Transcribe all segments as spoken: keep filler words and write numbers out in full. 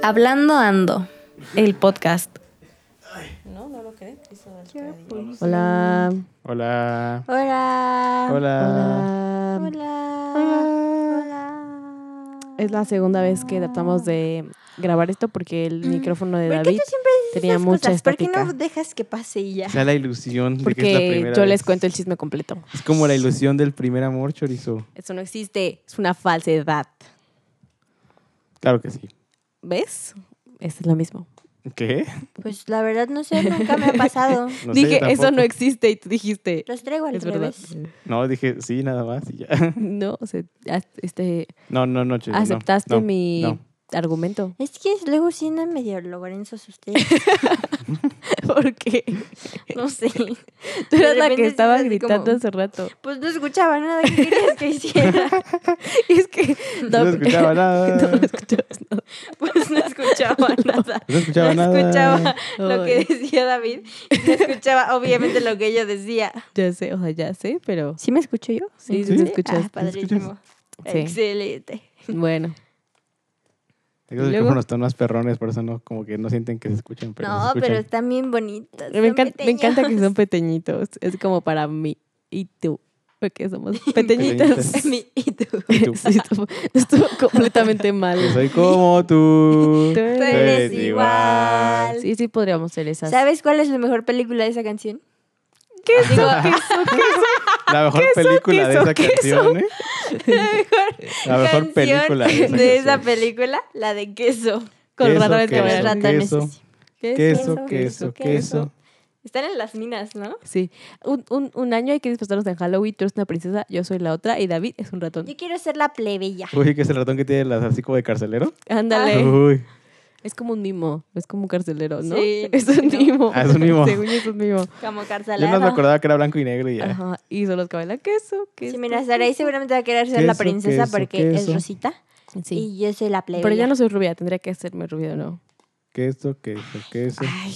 Hablando Ando, el podcast. No, no lo crees. Hola. Hola. Hola. Hola. Hola. Hola. Hola. Es la segunda vez que tratamos de grabar esto porque el micrófono de ¿Por qué David tú siempre dices tenía esas mucha cosas? ¿Por qué estática. no dejas que pase y ya? O sea, la ilusión de Porque que es la primera yo vez. les cuento el chisme completo. Es como la ilusión del primer amor, chorizo. Eso no existe, es una falsedad. Claro que sí. ¿Ves? Eso es lo mismo. ¿Qué? Pues la verdad no sé, nunca me ha pasado. No sé, Dije, yo eso tampoco. no existe y tú dijiste, Los traigo al es verdad. revés. No, dije sí, nada más y ya. No, o sea, ya, este, No, no, no, chorizo. no, aceptaste no, mi no. argumento. Es que luego sí andan medio logrensos ustedes. ¿Por qué? No sé. Tú De eras la repente que sí estaba es así gritando como- hace rato. Pues no escuchaba nada que querías que hiciera. Es que No escuchaba nada. No escuchabas nada. Pues no escuchaba nada. No escuchaba No nada. escuchaba lo que Ay. decía David. Y no escuchaba obviamente lo que yo decía. Ya sé, o sea, ya sé, pero ¿Sí me escucho yo? sí, sí, ¿Sí? te escuchas. Ah, padrísimo. Sí. Excelente. Bueno, Tengo los ¿Y luego? micrófonos están más perrones, por eso no, como que no sienten que se escuchan, pero se No, escuchan. pero están bien bonitas. me, son encan- me encanta que pequeños. son pequeñitos. Es como para mí y tú, porque somos pequeñitas. Pequeñitas. Mi- ¿Y tú? Y tú. Sí, estuvo, estuvo completamente mal. Que soy como tú. Tú Tú eres eres igual. Sí, sí, podríamos ser esas. ¿Sabes cuál es la mejor película de esa canción? ¿Qué es Digo, La mejor película de queso, esa queso? canción, ¿eh? la mejor, La mejor canción película de esa de esa canción. película, la de queso. Con Queso, ratones que Con los queso, bailan. ratones. queso, así. queso, queso, queso. Están en las minas, ¿no? Sí. Un, un, un año hay que disfrazarnos en Halloween. Tú eres una princesa, yo soy la otra y David es un ratón. Yo quiero ser la plebeya. Uy, que es el ratón que tiene las así como de carcelero. Ándale. Uy. Es como un mimo, es como un carcelero, ¿no? Sí, es un ¿no? mimo. Ah, es un mimo. Según yo es un mimo. Como Yo carcelero. no me acordaba que era blanco y negro y ya. Ajá. Y son los que bailan queso, queso. Sí, mira, Saraí seguramente va a querer ser la Queso, princesa queso, porque es queso. rosita. Sí. Y yo soy la plebeya. Pero ya no soy rubia, tendría que hacerme rubia, ¿no? Queso, queso, queso. Ay.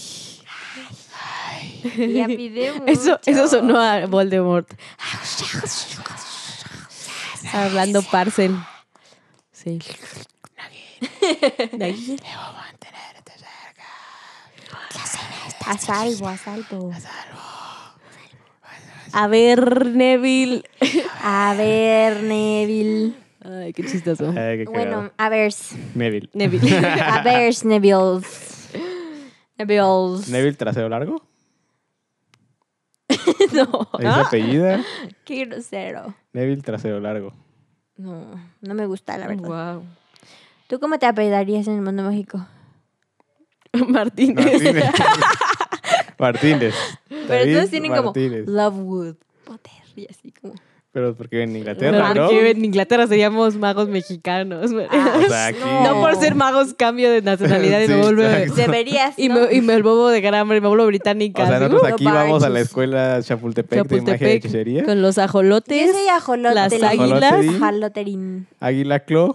Ya pide mucho. Eso, eso sonó a Voldemort. Hablando parcel. Sí. Nagui. A salvo, a salvo. A ver, Neville. A ver, Neville. Ay, qué chistoso. Ay, qué Bueno, cagado. a ver. Neville. Neville. A ver, Neville. Neville. ¿Neville trasero largo? No. Ahí se apellida. Qué grosero. Neville trasero largo. No, no me gusta, la verdad. Wow. ¿Tú cómo te apellidarías en el mundo mágico? Martínez. Martínez. Martínez. Pero David todos tienen Martínez. como Lovewood, Potter y así como. Pero porque en Inglaterra, ¿no? Porque en Inglaterra seríamos magos mexicanos. Ah, O sea, aquí- No por ser magos cambio de nacionalidad y Sí, me vuelvo exacto. Deberías, y, ¿no? me, y me vuelvo de grammar y me vuelvo británica. O sea, así, nosotros uh, aquí no vamos a la manches. escuela Chapultepec, de magia y Chapultepec, hechicería. con los Yo ajolotes, soy ajolote. las Ajolote. águilas, Ajoloterín. Águila Clo.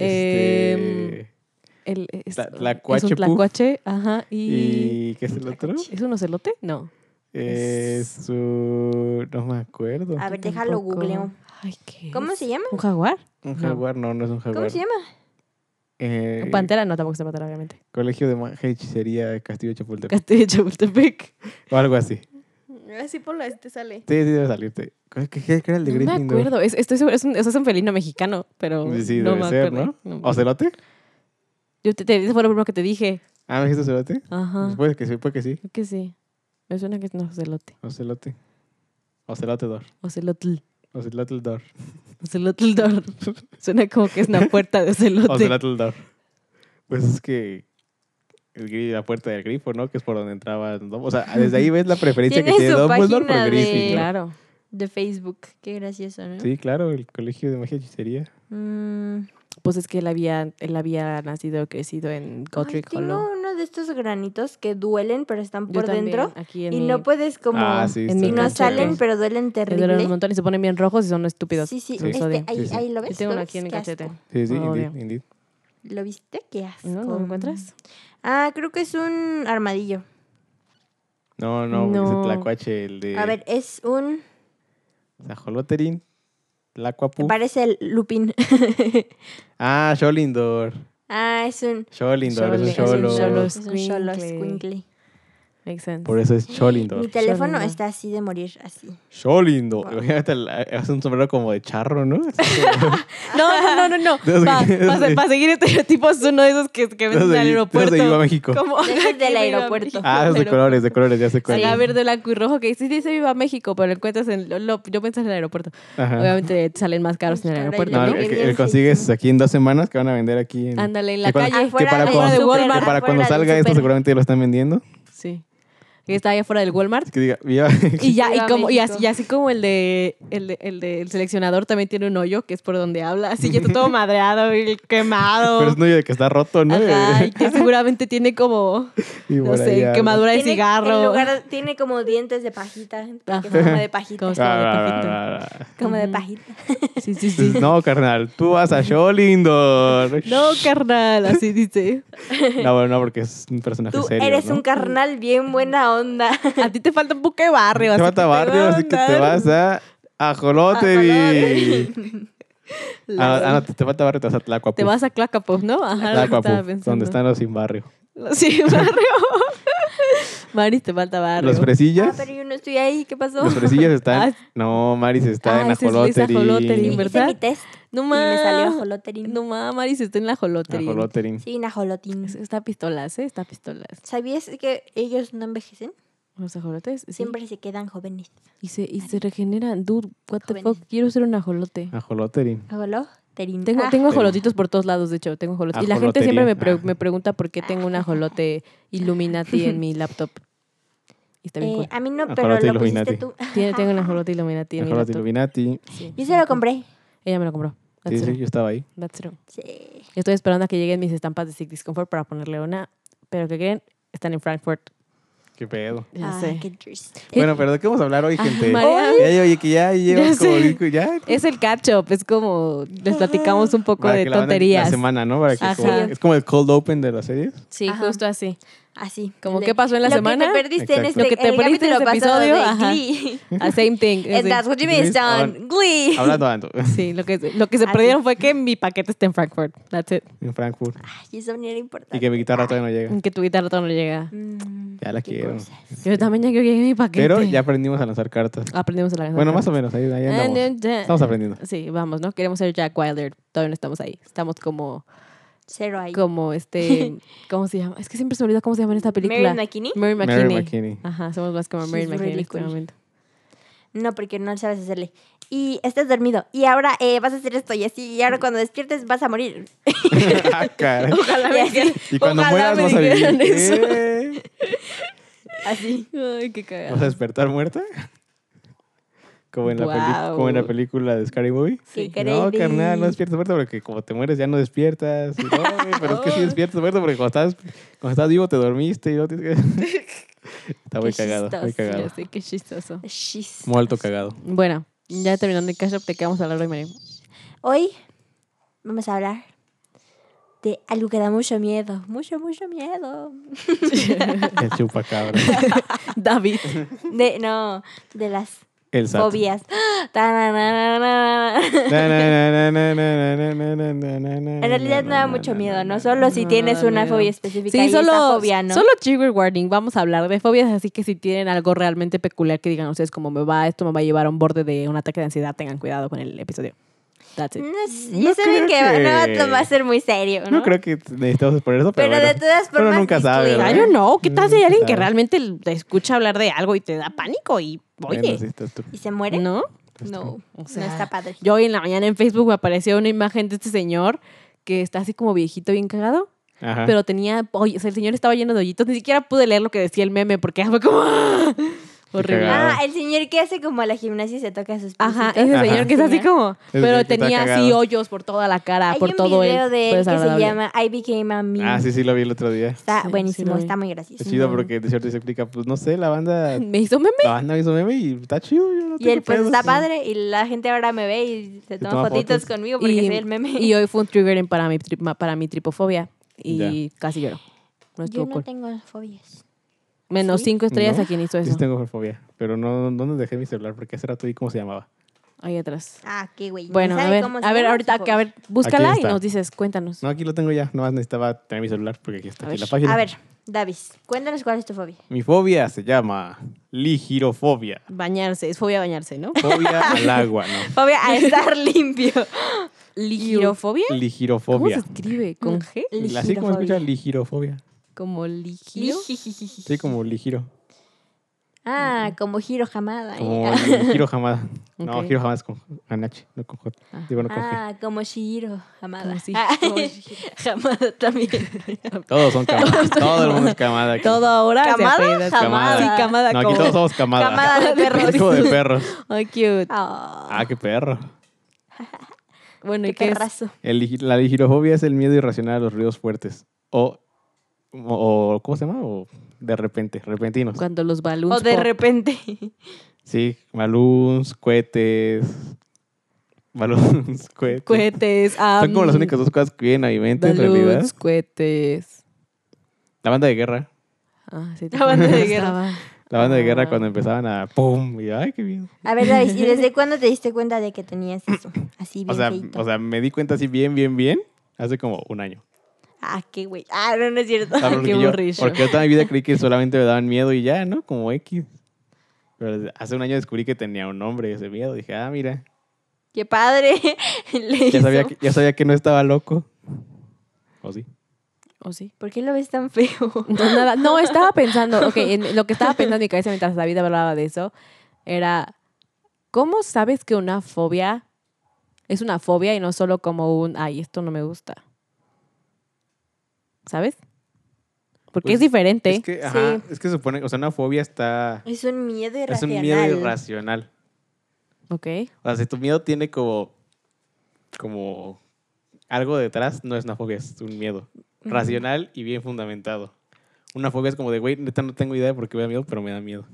Em, Este, el, es, Tla- es tlacuache un puff. tlacuache, ajá, y... ¿Y qué es el otro? ¿Es un ocelote? No. Es un... No me acuerdo. A ver, Yo déjalo tampoco. googleo. Ay, ¿qué ¿Cómo es? se llama? ¿Un jaguar? Un No. jaguar, no, no es un jaguar. ¿Cómo se llama? Eh, ¿Un pantera? No, tampoco se pantera, obviamente. Colegio de Magia y Hechicería de Castillo de Chapultepec. Castillo de Chapultepec. O algo así. Así por lo te sale. Sí, sí, debe salirte. ¿Qué, qué, qué era el de No me Gryffindor? acuerdo. Es, estoy segura- es, un, eso es un felino mexicano, pero Sí, no debe me ser, acuerdo. ¿no? me- ¿Ocelote? Yo te, te, ese fue lo primero que te dije. Ah, ¿me dijiste ocelote? Ajá. Puede que sí, puede que sí. Creo que sí. Me suena que es un ocelote. Ocelote. Ocelote Dor. Ocelotl. Ocelote Dor. Ocelotl Dor. Suena como que es una puerta de ocelote. Ocelote Dor. Pues es que el gri- la puerta del grifo, ¿no? Que es por donde entraba Dumbledore. O sea, desde ahí ves la preferencia que Tiene tiene su Dumbledore por página de- Gryffindor. Claro. De Facebook. Qué gracioso, ¿no? Sí, claro, el Colegio de Magia y Hechicería. Mm. Pues es que él había, él había nacido y crecido en Ay, Godric tengo Hollow. uno de estos granitos que duelen, pero están Yo por también, dentro. aquí en Y mi- no puedes como... Ah, sí, en está mi Y no bien cachete. salen, chido. pero duelen me duelen terrible. un montón y se ponen bien rojos y son estúpidos. Sí, sí. Sí. Este, Odio. ahí, Sí, sí. ahí lo ves. Yo tengo ¿Lo uno aquí en mi ves? Qué cachete. asco. Sí, sí, Ah, indeed, obvio. indeed. ¿Lo viste? Qué asco. ¿No? ¿No lo encuentras? Ah, creo que es un armadillo. No, no, porque es No. el tlacuache, el de... A ver, es un... Sajoloterín, Tlacuapu. Parece el lupín. Ah, Sholindor. Ah, es un... Cholindor, es un Chole- cholo. es un cholo. Es un cholo Squinkle. squinkle. Makes sense. Por eso es Cholindor. Mi teléfono Cholindor. está así de morir, así. Cholindor. Wow. Imagínate, la- hace un sombrero como de charro, ¿no? Así como- No, no, no, no, no. De esos Para que- seguir estereotipos, es uno de esos que, que de venden esos de- al de aeropuerto. esos de Viva México. Como De esos del que Viva aeropuerto. México. Ah, es de Pero- colores, de colores, ya sé cuál. Acá es. verde, blanco y rojo que dice, dice Viva México, pero lo encuentras en... Lo, lo- yo pensé en el aeropuerto. Ajá. Obviamente te salen más caros en el Ahora aeropuerto, No, ¿no? el, Qué que- bien el consigues sexy. aquí en dos semanas que van a vender aquí en... Ándale, en la que cuando- calle. que Afuera para del cuando, de súper, Walmart. que para cuando afuera del salga esto súper. seguramente lo están vendiendo. Sí. Que está ahí afuera del Walmart. Es que diga, Viva Y ya, y Viva como, y México. así, y así como el de el de, el de- el seleccionador también tiene un hoyo, que es por donde habla, así ya está todo madreado y quemado. Pero es un hoyo de que está roto, ¿no? Ajá, y que seguramente tiene como, Y no por ahí sé, algo. quemadura de Tiene- cigarro. en lugar- tiene como dientes de pajita. Ajá. Que forma de pajita. Como- Ah, de ah, pajita. ah, ah. Como de Ujú. pajita. Sí, sí, sí. No, carnal, tú vas a Cholindor. No, carnal, así dice. No, bueno, no, porque es un personaje Tú serio, eres ¿no? un carnal bien buena onda. A ti te falta un poco de barrio. Te así falta que barrio, va a así que te andar. vas a Ajoloteri. La- Ah, ah, no, te, te falta barrio, te vas a Tlacuapu. Te vas a Clacapop, ¿no? Ajá, lo que Tlacuapu, estaba pensando. donde están los sin barrio. Sí, barrio. Maris, te falta barrio. Los Ah, fresillas. pero yo no estoy ahí. ¿Qué pasó? Los fresillas están... Ah, No, Maris está ah, en ese es Luis Ajoloteri. Ajoloteri, Sí, ¿verdad? hice mi test No y más. me salió ajoloterín. No más, Maris está en la jolotería. Ajoloteri. Sí, un ajolotín. Está pistolas, ¿eh? Está pistolas. ¿Sabías que ellos no envejecen? Los ajolotes, sí. Siempre se quedan jóvenes. Y se, y se regeneran. Dude, what the Jóvenes. fuck. Quiero ser un ajolote. Ajoloteri. Ajoloterín. Tengo, Ah, tengo Sí. ajolotitos por todos lados, de hecho. Tengo ajolotes. Y la gente Ajolotería. siempre me, pre- Ah. me pregunta por qué tengo un ajolote Illuminati en mi laptop. Y está bien eh, cool. a mí no, Ajolote pero lo pusiste Illuminati. tú. Tiene, tengo un ajolote Illuminati en mi Ajoloteri laptop. Illuminati. Sí. Yo se lo compré. Ella me lo compró. That's Sí, true. sí, yo estaba ahí. That's true. Sí. Estoy esperando a que lleguen mis estampas de Sick Discomfort para ponerle una. Pero que creen, están en Frankfurt. Qué pedo. Ya Ah, sé. qué triste. Bueno, pero ¿de qué vamos a hablar hoy, Ah, gente? María. Ya, oye, que ya llevas Ya como... sé. Ya, Es el catch-up, es como les platicamos un poco para de que la banda- tonterías. La semana, ¿no? Para que Ajá. como- es como el cold open de las series. Sí, Ajá. justo así. Así. Como Le- qué pasó en la lo semana. que te perdiste en Exacto. este Lo que te el perdiste en capítulo este pasado episodio, de ajá. Glee. A same thing. And sí. that's what you Glee missed on on- Glee. Hablando ando. Sí, lo que, lo que se Así. perdieron fue que mi paquete está en Frankfurt. That's it. En Frankfurt. Y eso ni era importante. Y que mi guitarra todavía no llega. Que tu guitarra todavía no llega. Mm, Ya la qué quiero. cosas. Yo también ya quiero que llegue mi paquete. Pero ya aprendimos a lanzar cartas. aprendimos a la Bueno, más o menos. Ahí, ahí andamos. Estamos aprendiendo. Sí, vamos, ¿no? Queremos ser Jack Wilder. Todavía no estamos ahí. Estamos como, Cero ahí. como este, ¿cómo se llama? Es que siempre se me olvida cómo se llama en esta película. Mary McKinney. Mary Mary McKinney. McKinney. Ajá, somos más como She's Mary McKinney en really este cool. momento. No, porque no sabes hacerle. Y estás dormido. Y ahora eh, vas a hacer esto y así. Y ahora cuando despiertes vas a morir. Ah, caray. Ojalá Y así. Y cuando Ojalá mueras me vas a vivir. dijeran eso. ¿Qué? Así. Ay, qué cagado. ¿Vas a despertar muerta? Como en, la peli- Guau. como en la película de Scary Movie. Qué Sí. No, creepy. carnal, no despiertas muerto porque como te mueres ya no despiertas. Y no, güey, pero es que sí despiertas muerto porque cuando estás, cuando estás vivo te dormiste y no tienes que... Está muy Qué cagado, muy chistoso. cagado. Ya sé, qué chistoso. Shis. Muy alto cagado. Bueno, ya terminando el catch up, ¿de qué vamos a hablar hoy, María? Hoy vamos a hablar de algo que da mucho miedo. Mucho, mucho miedo. El chupacabra. David. De, no, de las El SAT. fobias. Ta-na-na-na-na. En realidad no da mucho miedo, ¿no? Solo si No, tienes da una miedo. fobia específica. Sí, y solo, esa fobia, ¿no? solo trigger warning. Vamos a hablar de fobias, así que si tienen algo realmente peculiar que digan ustedes como me va, esto me va a llevar a un borde de un ataque de ansiedad, tengan cuidado con el episodio. That's it. No, sé, No ya saben creo que, que- no va a ser muy serio, ¿no? No creo que necesitamos por eso, pero, Pero de bueno. todas Pero formas, nunca sabe, disclaimer. I ¿verdad? don't know. ¿Qué tal si hay alguien que Sabe. realmente te escucha hablar de algo y te da pánico? Y, oye, Bueno, sí, estás tú. ¿Y se muere? ¿no? No, O sea, no está padre. Yo hoy en la mañana en Facebook me apareció una imagen de este señor que está así como viejito, bien cagado. Ajá. Pero tenía, oye, o sea, el señor estaba lleno de hoyitos. Ni siquiera pude leer lo que decía el meme porque fue como... ¡ah! Horrible. cagado. Ah, el señor que hace como a la gimnasia y se toca sus Ajá, piecitos. ese Ajá. señor que es así como... Pero señor que está tenía así cagado. hoyos por toda la cara, Hay por un todo video el... de fue él que se desagradable. llama I Became a Meme. Ah, sí, sí, lo vi el otro día. Está Sí, sí buenísimo, lo vi. está muy gracioso. Es chido No. porque de cierto se explica, pues no sé, la banda, Me hizo meme. la banda hizo meme y está chido. Yo no Y tengo él pues pedos. está padre y la gente ahora me ve y se toma toma fotitos fotos. conmigo porque Y, soy el meme. y hoy fue un trigger en para mi, tri- para mi tripofobia. Y Ya. casi lloro. No Yo estuvo no cool. tengo fobias. Menos ¿Sí? cinco estrellas ¿No? a quien hizo Yo eso. sí tengo fobia, pero no, ¿dónde dejé mi celular? Porque ese rato vi cómo se llamaba. Ahí atrás. Ah, qué güey. ni Bueno, a sabe ver, cómo se a ver, llama ahorita, su que, a ver, búscala y está. nos dices, cuéntanos. No, aquí lo tengo ya. Nomás necesitaba tener mi celular porque aquí está A aquí ver. la página. A ver, Davis, cuéntanos cuál es tu fobia. Mi fobia se llama ligirofobia. Bañarse, es fobia a bañarse, ¿no? Fobia al agua, ¿no? Fobia a estar limpio. ¿Ligirofobia? ¿Cómo se Ligirofobia. escribe? ¿Con G? Así como escucha ligirofobia. ¿Como ligiro? Sí, como ligiro. Ah, como Hiro Hamada. ¿eh? Como Hiro Hamada. No, Ok. Hiro Hamada es con con H, no con J. Digo, no con G. Ah, como Shihiro Hamada. Como si- Ah, como Hamada también. Todos son Kamada. Todo el mundo es Kamada aquí. Todo ahora ¿Camada? se apellida. Jamada. Sí, camada No, aquí como... todos somos Kamada. Camada de perros. Es como de perros. Ay, cute. Ah, Ah, qué perro. Bueno, ¿y qué qué es? perrazo. El ligi- la ligirofobia es el miedo irracional a los ruidos fuertes. O, o, ¿cómo se llama? O de repente, repentinos. Cuando los balloons O de pop. repente. Sí, balloons, cohetes. Balloons, cohetes. Cohetes. Son como las am, únicas dos cosas que vienen a mi mente, en realidad. balloons, cohetes. La banda de guerra. Ah, sí, La banda de también guerra. estaba. La banda de guerra Ah. cuando empezaban a ¡pum! Y ¡ay, qué miedo! A ver, Davis, ¿y desde cuándo te diste cuenta de que tenías eso? Así bien O sea, feíto. o sea, me di cuenta así bien, bien, bien hace como un año. Ah, qué güey. Ah, no, no es cierto. O sea, porque, Qué yo, borrillo. porque yo toda mi vida creí que solamente me daban miedo y ya, ¿no? Como X. Pero desde- hace un año descubrí que tenía un nombre ese miedo. Dije, ah, mira, Qué padre. Le ya hizo. sabía que, ya sabía que no estaba loco. ¿O sí? ¿O sí? ¿Por qué lo ves tan feo? Entonces, nada, no, estaba pensando, ok, en lo que estaba pensando en mi cabeza mientras David hablaba de eso, era, ¿cómo sabes que una fobia es una fobia y no solo como un, ay, esto no me gusta? ¿Sabes? Porque Pues, es diferente. Es que, ajá, Sí. es que se supone, o sea, una fobia está... Es un miedo Es irracional. un miedo irracional. Ok. O sea, si tu miedo tiene como, como algo detrás, no es una fobia, es un miedo. Racional y bien fundamentado. Una fobia es como de, güey, neta no tengo idea de por qué me da miedo, pero me da miedo.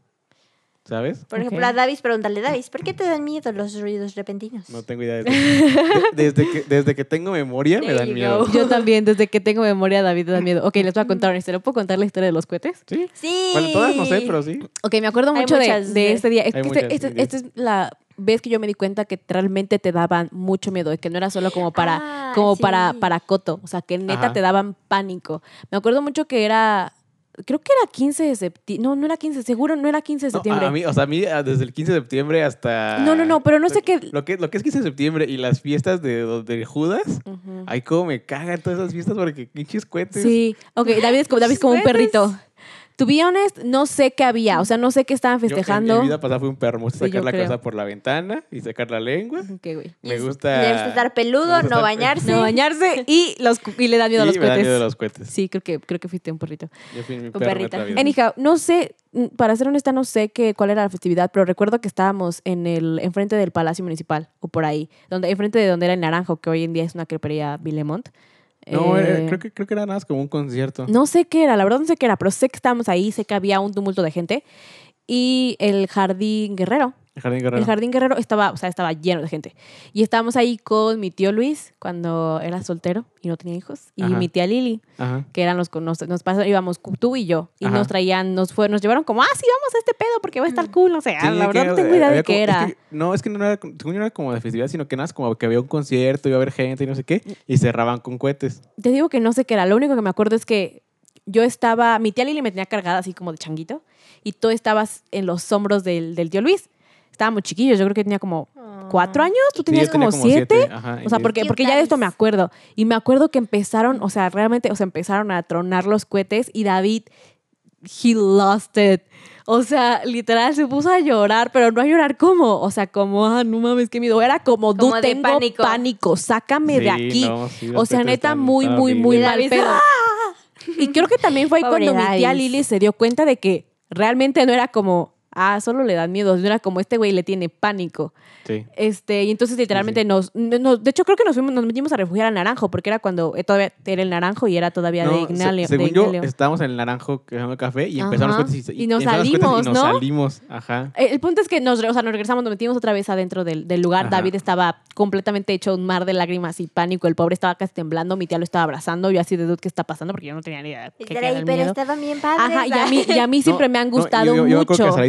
¿Sabes? Por Ok. ejemplo, a Davis, pregúntale, Davis, ¿por qué te dan miedo los ruidos repentinos? No tengo idea. Desde, de- desde, que, desde que tengo memoria me There dan you miedo. go. Yo también, desde que tengo memoria, David me da miedo. Ok, les voy a contar una historia. ¿Puedo contar la historia de los cohetes? ¿Sí? Sí. Bueno, todas no sé, pero sí. Ok, me acuerdo Hay mucho de, muchas de de- este día. Es Hay que este- muchas, este- sí. esta es la vez que yo me di cuenta que realmente te daban mucho miedo, de que no era solo como para, Ah, como sí. para, para coto, o sea, que neta Ajá. te daban pánico. Me acuerdo mucho que era, creo que era quince de septiembre, no, no era quince, seguro no era quince de No, septiembre. a mí, o sea, a mí ah, desde el quince de septiembre hasta... No, no, no, pero no sé qué- Lo que, lo que es quince de septiembre y las fiestas de, de Judas, Ujú. ay, cómo me cagan todas esas fiestas porque pinches cohetes. Sí, ok, David es como, David es como un Cohetes. perrito. To be honest, no sé qué había, o sea, no sé qué estaban Yo, en- festejando. En mi vida pasada fui un perro. Me gusta Sí, sacar yo la creo. cabeza por la ventana y sacar la lengua. Ok, güey. Y Me es- gusta... Debes estar peludo, me gusta no estar- bañarse. No bañarse y, los, y le da miedo a los y me da cohetes. miedo los cohetes. Sí, creo que, creo que fuiste un perrito. Yo fui mi Un perro en perrito. otra vida. Anyhow, no sé, mm, para ser honesta, no sé qué, cuál era la festividad, pero recuerdo que estábamos en el, enfrente del Palacio Municipal, o por ahí, donde, enfrente de donde era el Naranjo, que hoy en día es una crepería Villemont. No, Eh, era- creo, que, creo que era nada más como un concierto. No sé qué era, la verdad no sé qué era, pero sé que estábamos ahí, sé que había un tumulto de gente. Y el Jardín Guerrero, El Jardín Guerrero. el Jardín Guerrero estaba, o sea, estaba lleno de gente. Y estábamos ahí con mi tío Luis, cuando era soltero y no tenía hijos, y Ajá. mi tía Lili, Ajá. que eran los, nos, nos pasó, íbamos tú y yo, y Ajá. nos traían, nos fue, nos llevaron como, ah, sí, vamos a este pedo porque va a estar cool, no sé, ah, Sí, la verdad que no tengo idea había de qué como- era. es que- no, es que no era, según yo no era como de festividad, sino que nada más como que había un concierto, iba a haber gente y no sé qué, y cerraban con cohetes. Te digo que no sé qué era, lo único que me acuerdo es que yo estaba, mi tía Lili me tenía cargada así como de changuito, y tú estabas en los hombros del, del tío Luis. Estábamos chiquillos, yo creo que tenía como cuatro años, tú Sí, tenías yo tenía como, siete. ajá, O sea, y- porque, Cute porque ya de esto me daddies. acuerdo. Y me acuerdo que empezaron, o sea, realmente, o sea, empezaron a tronar los cohetes y David, he lost it. O sea, literal se puso a llorar, pero no a llorar como, o sea, como, ah, no mames, qué miedo. Era como, Como dude, de tengo pánico. pánico. sácame de Sí, aquí. no, sí, los o sea, cohetes neta, están- muy, están muy, muy Y horribles. mal David, pedo. Y creo que también fue ahí Pobre cuando mi tía Davis. Lili se dio cuenta de que realmente no era como, ah, solo le dan miedo, no era como este güey le tiene pánico. Sí. Este, y entonces literalmente Nos, nos- de hecho creo que nos fuimos, nos metimos a refugiar al Naranjo, porque era cuando eh, todavía era el Naranjo y era todavía No, de se- Ignalio. según de yo, Ignalio. estábamos en el Naranjo quejando café y empezaron Ajá. los cohetes y, Y nos empezaron los cohetes salimos, y nos ¿no? salimos. Ajá. Eh, El punto es que nos, o sea, nos regresamos, nos metimos otra vez adentro del, del lugar. Ajá. David estaba completamente hecho un mar de lágrimas y pánico. El pobre estaba casi temblando. Mi tía lo estaba abrazando. Yo así de dude, ¿qué está pasando? Porque yo no tenía ni idea qué Estar era ahí, el pero miedo. estaban bien padres. Ajá, y a mí, y a mí No, siempre me han no, gustado yo, yo, yo mucho. creo que a Saraí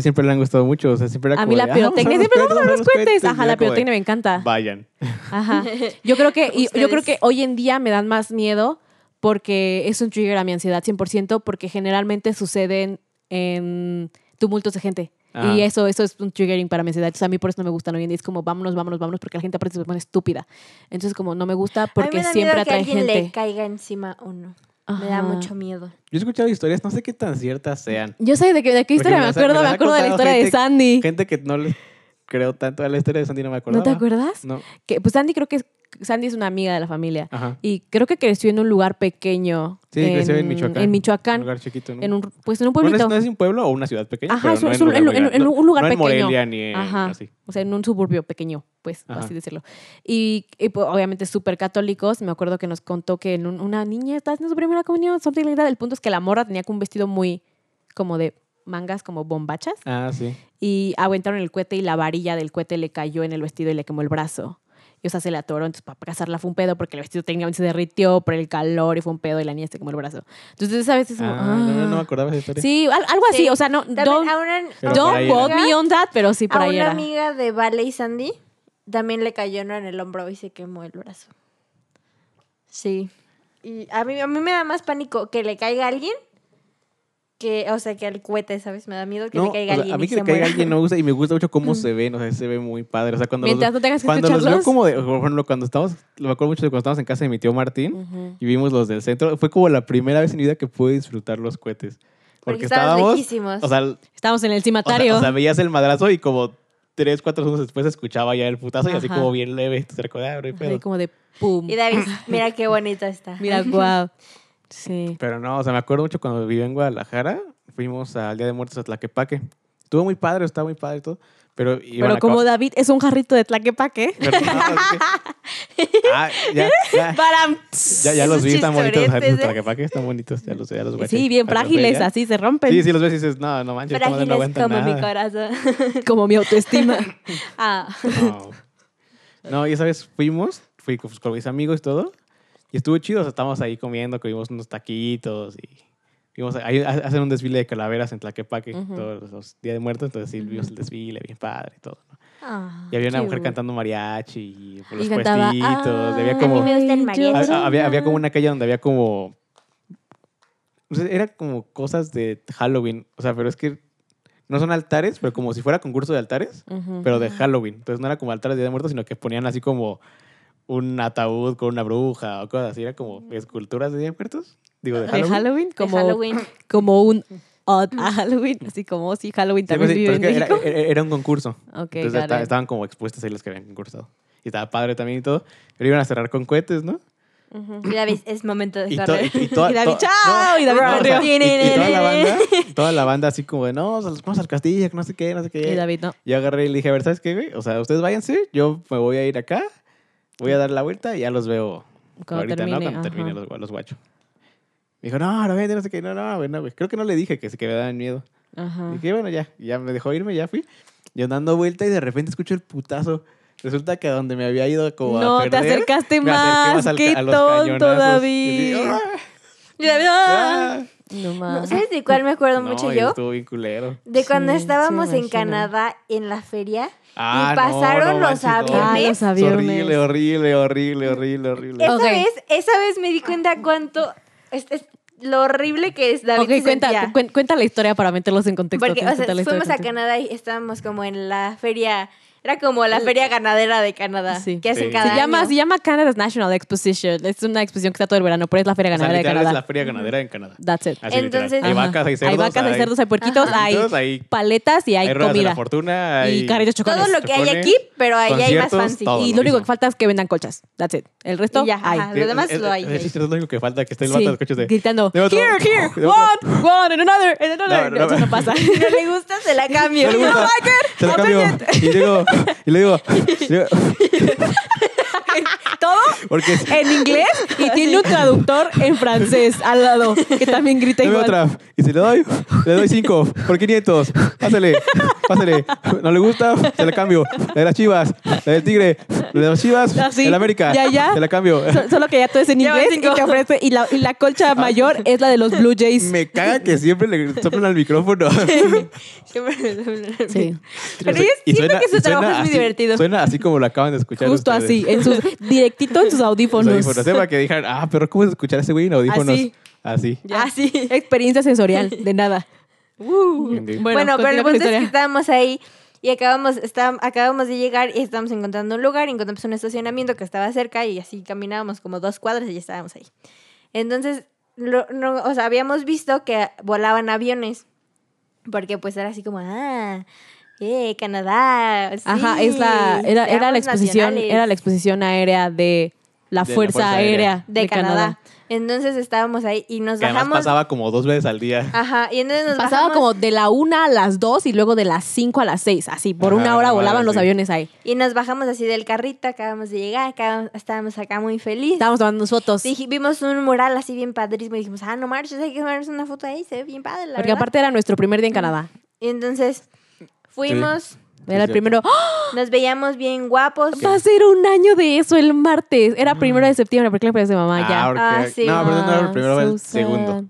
siempre le han gustado mucho. O sea, siempre era A como mí la de, "Ah, vamos a pirotecnia, ver los siempre vamos a ver cohetes, los cohetes. y Ajá, era la como de, pirotecnia me encanta. Vayan. Ajá. Yo creo que, y yo creo Ustedes. que hoy en día me dan más miedo porque es un trigger a mi ansiedad cien por ciento porque generalmente suceden en tumultos de gente. Ajá. Y eso, eso es un triggering para mi ansiedad. Entonces, a mí por eso no me gustan hoy en día. Es como vámonos, vámonos, vámonos, porque la gente aparte se pone estúpida. Entonces, como no me gusta a mí porque me da siempre miedo que atrae alguien le gente. caiga encima uno. Me da Ajá. mucho miedo. Yo he escuchado historias, no sé qué tan ciertas sean. Yo sé de qué, de qué historia Porque me las ha- acuerdo. Me las ha acuerdo de la contado historia de gente- Sandy. Gente que no les creo tanto a la historia de Sandy, no me acuerdo. ¿No te acuerdas? No. Que, pues Sandy creo que es, Sandy es una amiga de la familia. Ajá. Y creo que creció en un lugar pequeño. Sí, creció en Michoacán. En Michoacán. Un lugar chiquito, ¿no? En un, pues en un Bueno, pueblito. ¿no es un pueblo o una ciudad pequeña? Ajá, Pero es, no un- en es un, lugar en, muy en- grande. en un lugar no en pequeño. Morelia ni en Ajá. así. O sea, en un suburbio pequeño, pues, Ajá. así decirlo. Y, y, pues, obviamente súper católicos. Me acuerdo que nos contó que en un- una niña estaba haciendo su primera comunión, something like that. El punto es que la morra tenía como un vestido muy como de mangas, como bombachas. Ah, sí. Y aventaron el cohete y la varilla del cohete le cayó en el vestido y le quemó el brazo. Y o sea, se le atoró, entonces para casarla fue un pedo porque el vestido técnicamente se derritió por el calor y fue un pedo y la niña se quemó el brazo. Entonces, a veces como, Ah, no, no, no me ah. acordaba de esa historia. Sí, al- algo así, Sí. o sea, no, También don't, a una, Pero a por don't una ahí quote amiga- me on that, pero sí por a ahí una era. amiga de Vale y Sandy también le cayó uno en el hombro y se quemó el brazo. Sí. Y a mí, a mí me da más pánico que le caiga a alguien que, o sea, que al cohete, ¿sabes? Me da miedo que No, le caiga o sea, alguien a mí y que se le caiga muera. alguien no me gusta y me gusta mucho cómo se ven, o sea, se ve muy padre. O sea, cuando Mientras los, no tengas que cuando los veo escucharlos. como de, por ejemplo, cuando estamos, me acuerdo mucho de cuando estábamos en casa de mi tío Martín Ujú. y vimos los del centro, fue como la primera vez en mi vida que pude disfrutar los cohetes. Porque, Porque estábamos estábamos, lejísimos. o sea, Estábamos en el o sea, cimatario. o sea, veías el madrazo y como tres, cuatro segundos después escuchaba ya el putazo y así Ajá. como bien leve. Entonces era como, ah, no hay Así pedo. como de pum. Y David, mira qué bonito está. Mira, guau. Sí. Pero no, o sea, me acuerdo mucho cuando viví en Guadalajara, fuimos al Día de Muertos a Tlaquepaque. Estuvo muy padre, estaba muy padre y todo. Pero, iban Pero a como co- David es un jarrito de tlaquepaque. Pero no, es que- Ah, ya, ya. Para... Ya, ya los Esos vi, están bonitos los chistoretes, jarditos de ¿eh? Tlaquepaque, están bonitos, ya los, ya los guaché. Sí, bien Para frágiles, ya. así se rompen. Sí, sí, los ves y dices, no, no manches, esta madre no Frágiles aguanta como nada. mi corazón. Como mi autoestima. Ah. No. No, y esa vez fuimos, fui con, con mis amigos y todo, y estuvo chido, o sea, estábamos ahí comiendo, comimos unos taquitos y fuimos a, ahí a- a hacer un desfile de calaveras en Tlaquepaque, Ujú. todos los días de muertos, entonces sí, vimos el desfile, bien padre y todo, ¿no? Ah, Y había una mujer cute. cantando mariachi y por los Y cantaba, puestitos, y había A como... mí me gusta el mariachi. Ha- Había, había como una calle donde había como... O sea, era como cosas de Halloween. O sea, pero es que no son altares, pero como si fuera concurso de altares, Ujú. pero de Halloween. Entonces no era como altares de Día de Muertos, sino que ponían así como un ataúd con una bruja o cosas así. Era como esculturas de Día de Muertos. Digo, de de Halloween. Halloween, de como, Halloween. como un odd a Halloween, así como si Halloween Sí, también pues sí, vive pero en es que México. era, era- era un concurso. Ok, Entonces got esta- it. estaban como expuestas ahí los que habían concursado. Y estaba padre también y todo. Pero iban a cerrar con cohetes, ¿no? Ujú. Y David, es momento de Y, to- correr. y toda, Y David, to- ¡chao! Y David no, corrió. o sea, y- y toda la banda, toda la banda así como de, no, vamos al castillo, que no sé qué, no sé qué. Y David no. Yo agarré y le dije, a ver, ¿sabes qué, güey? O sea, ustedes váyanse, yo me voy a ir acá, voy a dar la vuelta y ya los veo Cuando ahorita, termine, ¿no? Cuando ajá. termine los, los guachos. Me dijo, no, no, vete, no sé qué, no, no, güey, no, güey. Creo que no le dije que, se- que me daban miedo. Ajá. Y dije, bueno, ya, y ya me dejó irme, ya fui. Yo dando vuelta y de repente escucho el putazo. Resulta que a donde me había ido como No, a te perder, acercaste me acerqué más. al ¡Qué ca- a los tonto, cañonazos. David! Y así, ¡ah! Y David, ¡ah! ¡Ah! No No, mames. ¿sabes de cuál me acuerdo No, mucho y yo? estuvo bien culero. De cuando Sí, estábamos sí me en imagino. Canadá en la feria Ah, y pasaron no, no los manches, no. aviones. Ah, los Es aviones. horrible, horrible, horrible, horrible, horrible. Esa Ok. vez, esa vez me di cuenta cuánto es, es lo horrible que es David. Ok, se cuenta, sentía. cuen- cuenta la historia para meterlos en contexto. Porque, Tienes o sea, que contar la historia fuimos a en Canadá y estábamos como en la feria, era como la feria ganadera de Canadá, Sí. que hacen Sí. cada Se llama, año. se llama Canada's National Exposition. Es una exposición que está todo el verano, pero es la feria O sea, ganadera de literal Canadá. es la feria ganadera en Canadá. That's it. Así Entonces- literal. Hay Ajá. vacas, hay cerdos. Hay vacas, hay cerdos, hay puerquitos, Ajá. hay Puerquitos, hay, paletas y hay, hay ruedas de comida. la fortuna. Hay Y carritos chocones. Todo lo que hay chocones, aquí, pero allá hay más conciertos, fancy. todo. Y lo lo único mismo. que falta es que vendan colchas. That's it. El resto, Y ya, hay. ajá. Lo demás Es- lo hay. Es, es, es lo único que falta, que esté el Sí, vato de los coches de... gritando, de otro- here, here, de otro- one, one, and another, and another. No, no, Eso no pasa. Si no le gusta, se la cambio. No le gusta. Se lo I'll cambio. take Y digo, y le digo, y le digo, Todo porque es- en inglés y tiene un traductor en francés al lado que también grita dame igual. otra. Y si le doy, le doy cinco por quinientos. Pásale, pásale. No le gusta, se le cambio. La de las chivas, la del tigre. Lo de los Chivas, Así, el América. ya, ya. Te la cambio. So- solo que ya todo es en Ya van inglés y cinco. te ofrece. Y la, y la colcha mayor es la de los Blue Jays. Me caga que siempre le soplan al micrófono. Siempre me- Sí. Pero yo Y siento que su y trabajo es muy así- divertido. Suena así como lo acaban de escuchar Justo ustedes. así, en sus, directito en sus Los audífonos. audífonos. Sepa que dijeron, ah, pero ¿cómo es escuchar a ese güey en audífonos? Así. Así. Ya. Ah, sí. Experiencia sensorial, de nada. Uh. Indeed. Bueno, pero el continúa con la punto es que historia. estábamos ahí y acabamos, está- acabamos de llegar y estábamos encontrando un lugar, encontramos un estacionamiento que estaba cerca y así caminábamos como dos cuadras y ya estábamos ahí. Entonces, lo- no, o sea, habíamos visto que volaban aviones, porque pues era así como, ah, eh, Canadá. Sí, Ajá, es la, era, era seamos la exposición, nacionales era la exposición aérea de la De la Fuerza, Fuerza Aérea, Aérea. de, Canadá. Entonces estábamos ahí y nos Que además bajamos. pasaba como dos veces al día. Ajá, y entonces nos Pasaba bajamos. como de la una a las dos y luego de las cinco a las seis. Así, por Ajá, una hora una volaban madre, los sí. aviones ahí. Y nos bajamos así del carrito, acabamos de llegar, acabamos- estábamos acá muy felices. Estábamos tomando fotos. Dije- vimos un mural así bien padrísimo y dijimos, ah, no marches, hay que tomarnos una foto ahí, se ve bien padre, la Porque verdad. aparte era nuestro primer día en Canadá. Y entonces fuimos, Era el cierto. primero. ¡Ah! nos veíamos bien guapos. Va a ser un año de eso el martes. Era primero de septiembre, porque le parece mamá Ah, ya. porque- Ah, sí. No, pero no era el Ah, primero, fue el Susan. segundo.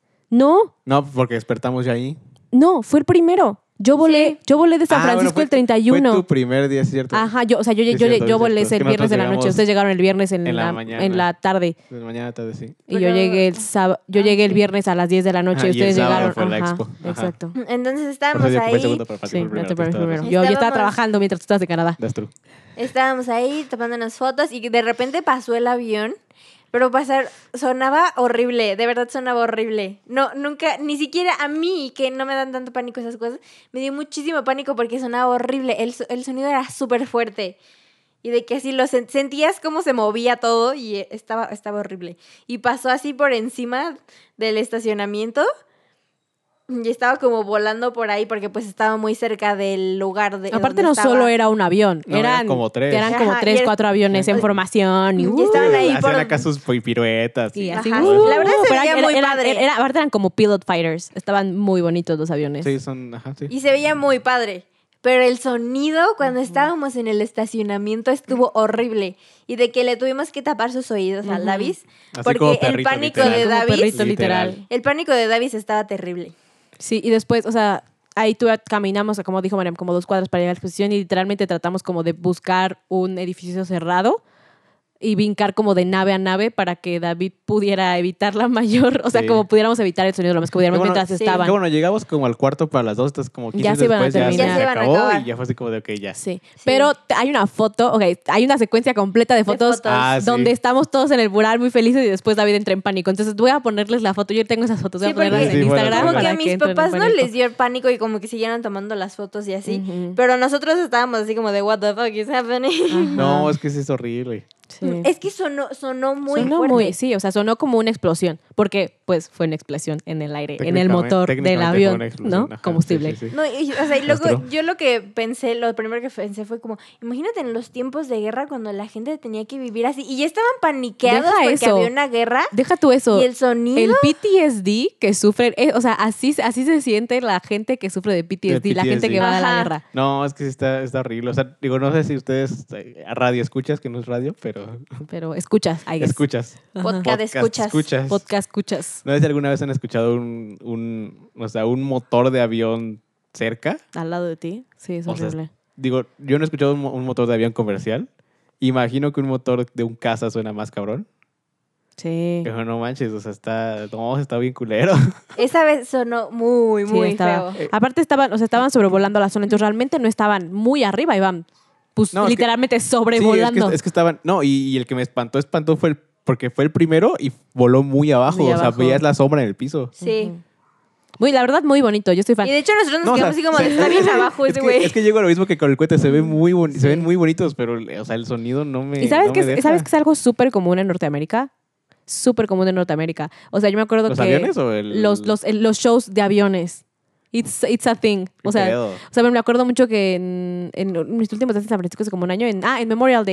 No, No, porque despertamos ya ahí. no, fue el primero. Yo volé, Sí. yo volé de San Ah, bueno, Francisco fue el tu- treinta y uno. Fue tu primer día, es cierto. Ajá, yo, o sea, yo, Sí, yo, es yo, cierto, yo es volé cierto. Es el que viernes nosotros de la noche. llegamos Ustedes llegaron el viernes en, en la la, mañana. en la tarde. De mañana tarde, sí. Y yo Pero- llegué el sábado, yo Ah, llegué el sí. viernes a las diez de la noche Ajá, y y el ustedes sábado llegaron. fue la Ajá, expo. Ajá. exacto. Entonces Por estábamos eso yo ocupé el ahí, segundo, pero Sí, Patrick ya primero. te tienes toda la primero. razón. Yo, yo estaba Estábamos- trabajando mientras tú estabas de Canadá. That's true. estábamos ahí tomándonos fotos y de repente pasó el avión, pero pasar, sonaba horrible, de verdad sonaba horrible. No, nunca, ni siquiera a mí, que no me dan tanto pánico esas cosas, me dio muchísimo pánico porque sonaba horrible, el, so- el sonido era súper fuerte. Y de que así lo sen- sentías cómo se movía todo y eh, estaba, estaba horrible. Y pasó así por encima del estacionamiento y estaba como volando por ahí porque pues estaba muy cerca del lugar de Aparte donde no estaba. solo era un avión, No, eran eran como tres. Eran como Ajá, tres, y era- cuatro aviones en Sí. formación y, Y uh, estaban ahí Hacían por- acá sus pi- piruetas. y y- así. Ajá, uh, la verdad se pero veía era- muy era- padre. era- aparte eran como pilot fighters, estaban muy bonitos los aviones. Sí, son, ajá, sí. Y se veía muy padre. Pero el sonido cuando estábamos en el estacionamiento estuvo horrible. Y de que le tuvimos que tapar sus oídos al Ujú. Davis. Así Porque como el perrito, pánico literal. de Como Davis. perrito, Literal. literal. El pánico de Davis estaba terrible. Sí, y después, o sea, ahí tú caminamos, como dijo Mariam, como dos cuadras para llegar a la exposición y literalmente tratamos como de buscar un edificio cerrado y brincar como de nave a nave para que David pudiera evitar la mayor, o sea, Sí. como pudiéramos evitar el sonido lo más que pudiéramos Qué bueno, mientras sí. estaban. Que bueno, llegamos como al cuarto para las dos, entonces como quince Ya se iban a después ya, terminar. Ya se se iban a acabó acabar. y ya fue así como de, ok, ya. Sí. Pero t- hay una foto, ok, hay una secuencia completa de fotos, fotos. Ah, sí. donde estamos todos en el mural muy felices y después David entra en pánico. Entonces voy a ponerles la foto. Yo tengo esas fotos, voy Sí, a ponerlas porque- en Sí, bueno, Instagram. Como para que a para mis entren en papás no pánico. les dio pánico y como que siguieron tomando las fotos y así. Ujú. Pero nosotros estábamos así como de, what the fuck is happening? No, es que sí es horrible. Sí. Es que sonó, sonó muy sonó fuerte. muy, sí, o sea, sonó como una explosión, porque pues fue una explosión en el aire, en el Técnicamente- motor del técnicamente fue avión, una explosión, ¿no? ajá, Combustible. sí, sí, sí. No, y, o sea, y luego, Nuestro. yo lo que pensé, lo primero que pensé fue como, imagínate en los tiempos de guerra cuando la gente tenía que vivir así y ya estaban paniqueados Deja porque eso. había una guerra Deja tú eso. y el sonido. El P T S D que sufren, eh, o sea, así, así se siente la gente que sufre de P T S D, De la gente P T S D. que va a la Ajá. guerra. No, es que sí está, está horrible. O sea, digo, no sé si ustedes eh, a radio escuchas, que no es radio, pero Pero escuchas, I guess. escuchas. Ajá. Podcast escuchas. escuchas. Podcast escuchas. No sé si alguna vez han escuchado un, un, o sea, un motor de avión cerca. Al lado de ti. Sí, es O sea, horrible. Digo, yo no he escuchado un, mo- un motor de avión comercial. Imagino que un motor de un caza suena más cabrón. Sí. Pero no manches, o sea, está, no, está bien culero. Esa vez sonó muy, Sí, muy estaba- feo. Aparte estaban, o sea, estaban sobrevolando la zona, entonces realmente no estaban muy arriba, iban pues No, es que- literalmente Sí, es sobrevolando. que, es que estaban, no, y, y el que me espantó, espantó fue el, porque fue el primero y voló muy abajo. Muy o sea, abajo. veías la sombra en el piso. Sí. Ujú. Muy, la verdad, muy bonito. Yo estoy fan. Y de hecho nosotros nos No, o sea, quedamos así como de, se- está bien abajo es ese que, güey. es que llego a lo mismo que con el cohete, se ven muy, boni- Sí. se ven muy bonitos, pero o sea, el sonido no me ¿Y sabes no que me es, deja. sabes que es algo súper común en Norteamérica? Súper común en Norteamérica. O sea, yo me acuerdo ¿Los que aviones o el...? los, los, el- los shows de aviones. It's, it's a thing. ¿Qué O sea, pedo? o sea, me acuerdo mucho que en, en mis últimos días en San Francisco hace como un año, en, ah, en Memorial Day,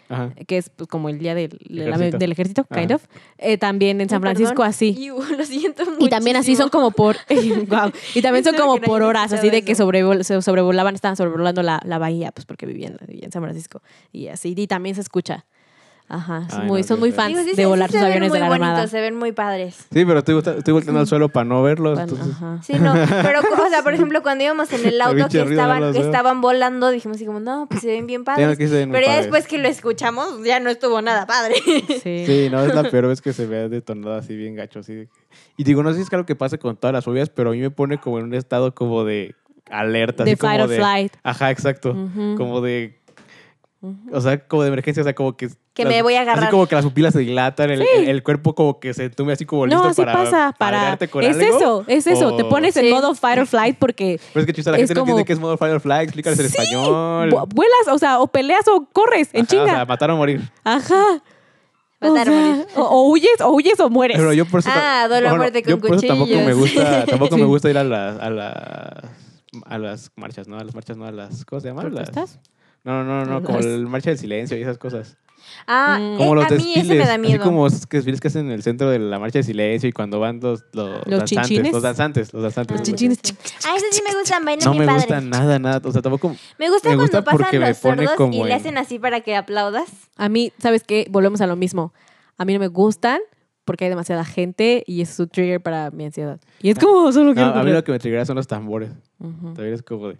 Ajá. que es pues, como el día del del Ejército. del ejército, kind Ajá. of. Eh, también en San Ay, Francisco perdón. así. Iu, lo siento mucho. Y también así son como por guau. Y también son Espero como que no por hayan horas, así escuchado de que eso. sobrevol- se sobrevolaban, estaban sobrevolando la, la bahía, pues porque vivían, vivían en San Francisco. Y así, y también se escucha. Ajá, son Ay, muy, no, son qué muy feo. fans Digo, sí de se- volar sí sus se ven aviones muy de la bonitos, Armada. se ven muy padres. Sí, pero estoy, estoy volteando al suelo para no verlos. Pan- Entonces, ajá. Sí, no, pero, o sea, por ejemplo, cuando íbamos en el El auto pinche que ruido no estaban, los que veo. estaban volando, dijimos así como, no, pues se ven bien Sí, padres. no, que se ven muy Pero ya padres. después que lo escuchamos, ya no estuvo nada padre. Sí. Sí, no, es la peor vez que se vea detonado así bien gacho. Así de que- Y digo, no sé si es algo que pase con todas las fobias, pero a mí me pone como en un estado como de alerta. De así como fight or de, flight. Ajá, exacto. Ujú. Como de, Ujú. o sea, como de emergencia, o sea, como que... Que me voy a agarrar. Así como que las pupilas se dilatan, el, el, el cuerpo como que se entume así como listo No, así para pasa. Para... madrearte con Es algo. eso, es eso. Te o- pones en Sí. modo fight or flight porque Pero es que chiste, la es gente no como- entiende qué es modo Fire or Fly, explícales en Sí, español. vu- vuelas, o sea, o peleas o corres en Ajá, chinga. O sea, matar o morir. Ajá. Matar o o, sea, morir. o, o huyes, o huyes o mueres. Pero yo por eso... Ah, ta- duelo a bueno, muerte con yo por eso tampoco me cuchillos. gusta, tampoco Sí. me gusta ir a las, a las, a las marchas, ¿no? A las marchas, no, a las, ¿cómo se llaman? Las- ¿Protestas? No, no, no, no, como Las- el marcha del silencio y esas cosas. Ah, Mm. Como eh, los a mí desfiles, ese me da así miedo. como esos desfiles que hacen en el centro de la marcha de silencio y cuando van los, los, ¿Los danzantes, chinchines? los danzantes, los danzantes. Ah, los chinchines. danzantes. Ah, esos sí me gustan, bailan No bien me padre. gusta nada, nada, o sea, tampoco... Me gusta Me cuando gusta porque pasan me los pone sordos como y le en- hacen así para que aplaudas. A mí, ¿sabes qué? Volvemos a lo mismo. A mí no me gustan porque hay demasiada gente y eso es un trigger para mi ansiedad. Y es como solo No, quiero a mí correr. lo que me triggera son los tambores. Ujú. También es como de...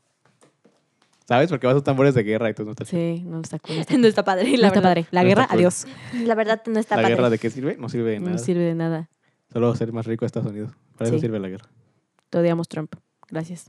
¿Sabes? Porque vas a tambores de guerra y tú no estás... Sí, no está cool. No está, No está padre, no la está verdad. padre. La No guerra, está cool. adiós. La verdad no está ¿La padre. guerra de qué sirve? No sirve de No nada. sirve de nada. Solo ser más rico de Estados Unidos. Para Sí. eso sirve la guerra. Te odiamos, Trump. Gracias.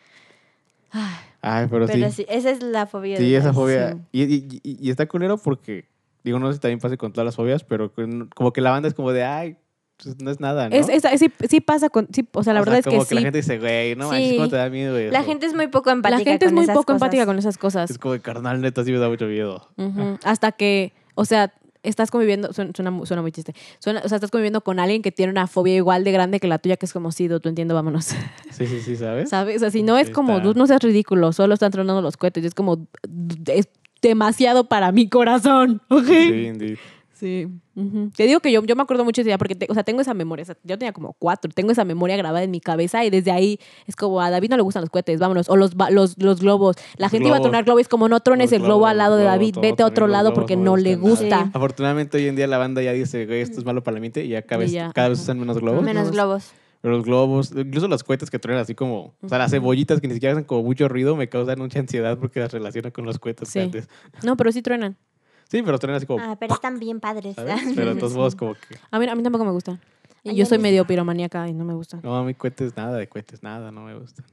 Ay, Ay, pero, Pero sí. sí, esa es la fobia. Sí, de esa las- fobia. sí. Y, y, y- y está culero porque, digo, no sé si también pasa con todas las fobias, pero con- como que la banda es como de, ay, pues no es nada, ¿no? es, es- sí, sí pasa con... Sí, o sea, la O verdad es como que, que la sí. gente dice, güey, no Sí. manches, ¿cómo te da miedo eso? La gente es muy poco empática. La gente es con muy esas poco cosas. empática con esas cosas. Es como de carnal, neta, sí me da mucho miedo. Ujú. Hasta que, o sea, estás conviviendo, suena, suena, mu- suena muy chiste, Suena- o sea, estás conviviendo con alguien que tiene una fobia igual de grande que la tuya, que es como, sí, tú entiendo, vámonos. Sí, sí, sí, ¿sabes? ¿Sabes? O sea, si no es Sí, como, está- tú no seas ridículo, solo están tronando los cohetes, y es como, es demasiado para mi corazón, ¿ok? Sí, indeed. Sí. Ujú. Te digo que yo, yo me acuerdo mucho de ese día porque, te- o sea, tengo esa memoria. O sea, yo tenía como cuatro. Tengo esa memoria grabada en mi cabeza y desde ahí es como a David no le gustan los cohetes, vámonos. O los, ba- los, los globos. La Los gente iba a globos. tronar globos y es como no trones Los el globo globos, al lado los de globos, David, todo, vete a otro también los lado globos porque no me no le gustan nada. gusta. Afortunadamente hoy en día la banda ya dice, güey, esto es malo para la mente y ya cada Y vez, ya, cada vez ajá. usan menos globos. Menos globos. Pero los globos, incluso los cohetes que truenan así como, o sea, las cebollitas que ni siquiera hacen como mucho ruido me causan mucha ansiedad porque las relaciono con los cohetes Sí. grandes. No, pero sí truenan. Sí, pero truenan así como, Ah, pero están bien padres. ¿sabes? Pero de todos modos como que, A mí, a mí tampoco me gustan. Y Ay, yo a soy mí medio sí. piromaníaca y no me gustan. no, a mí cohetes nada, de cohetes nada, no me gusta.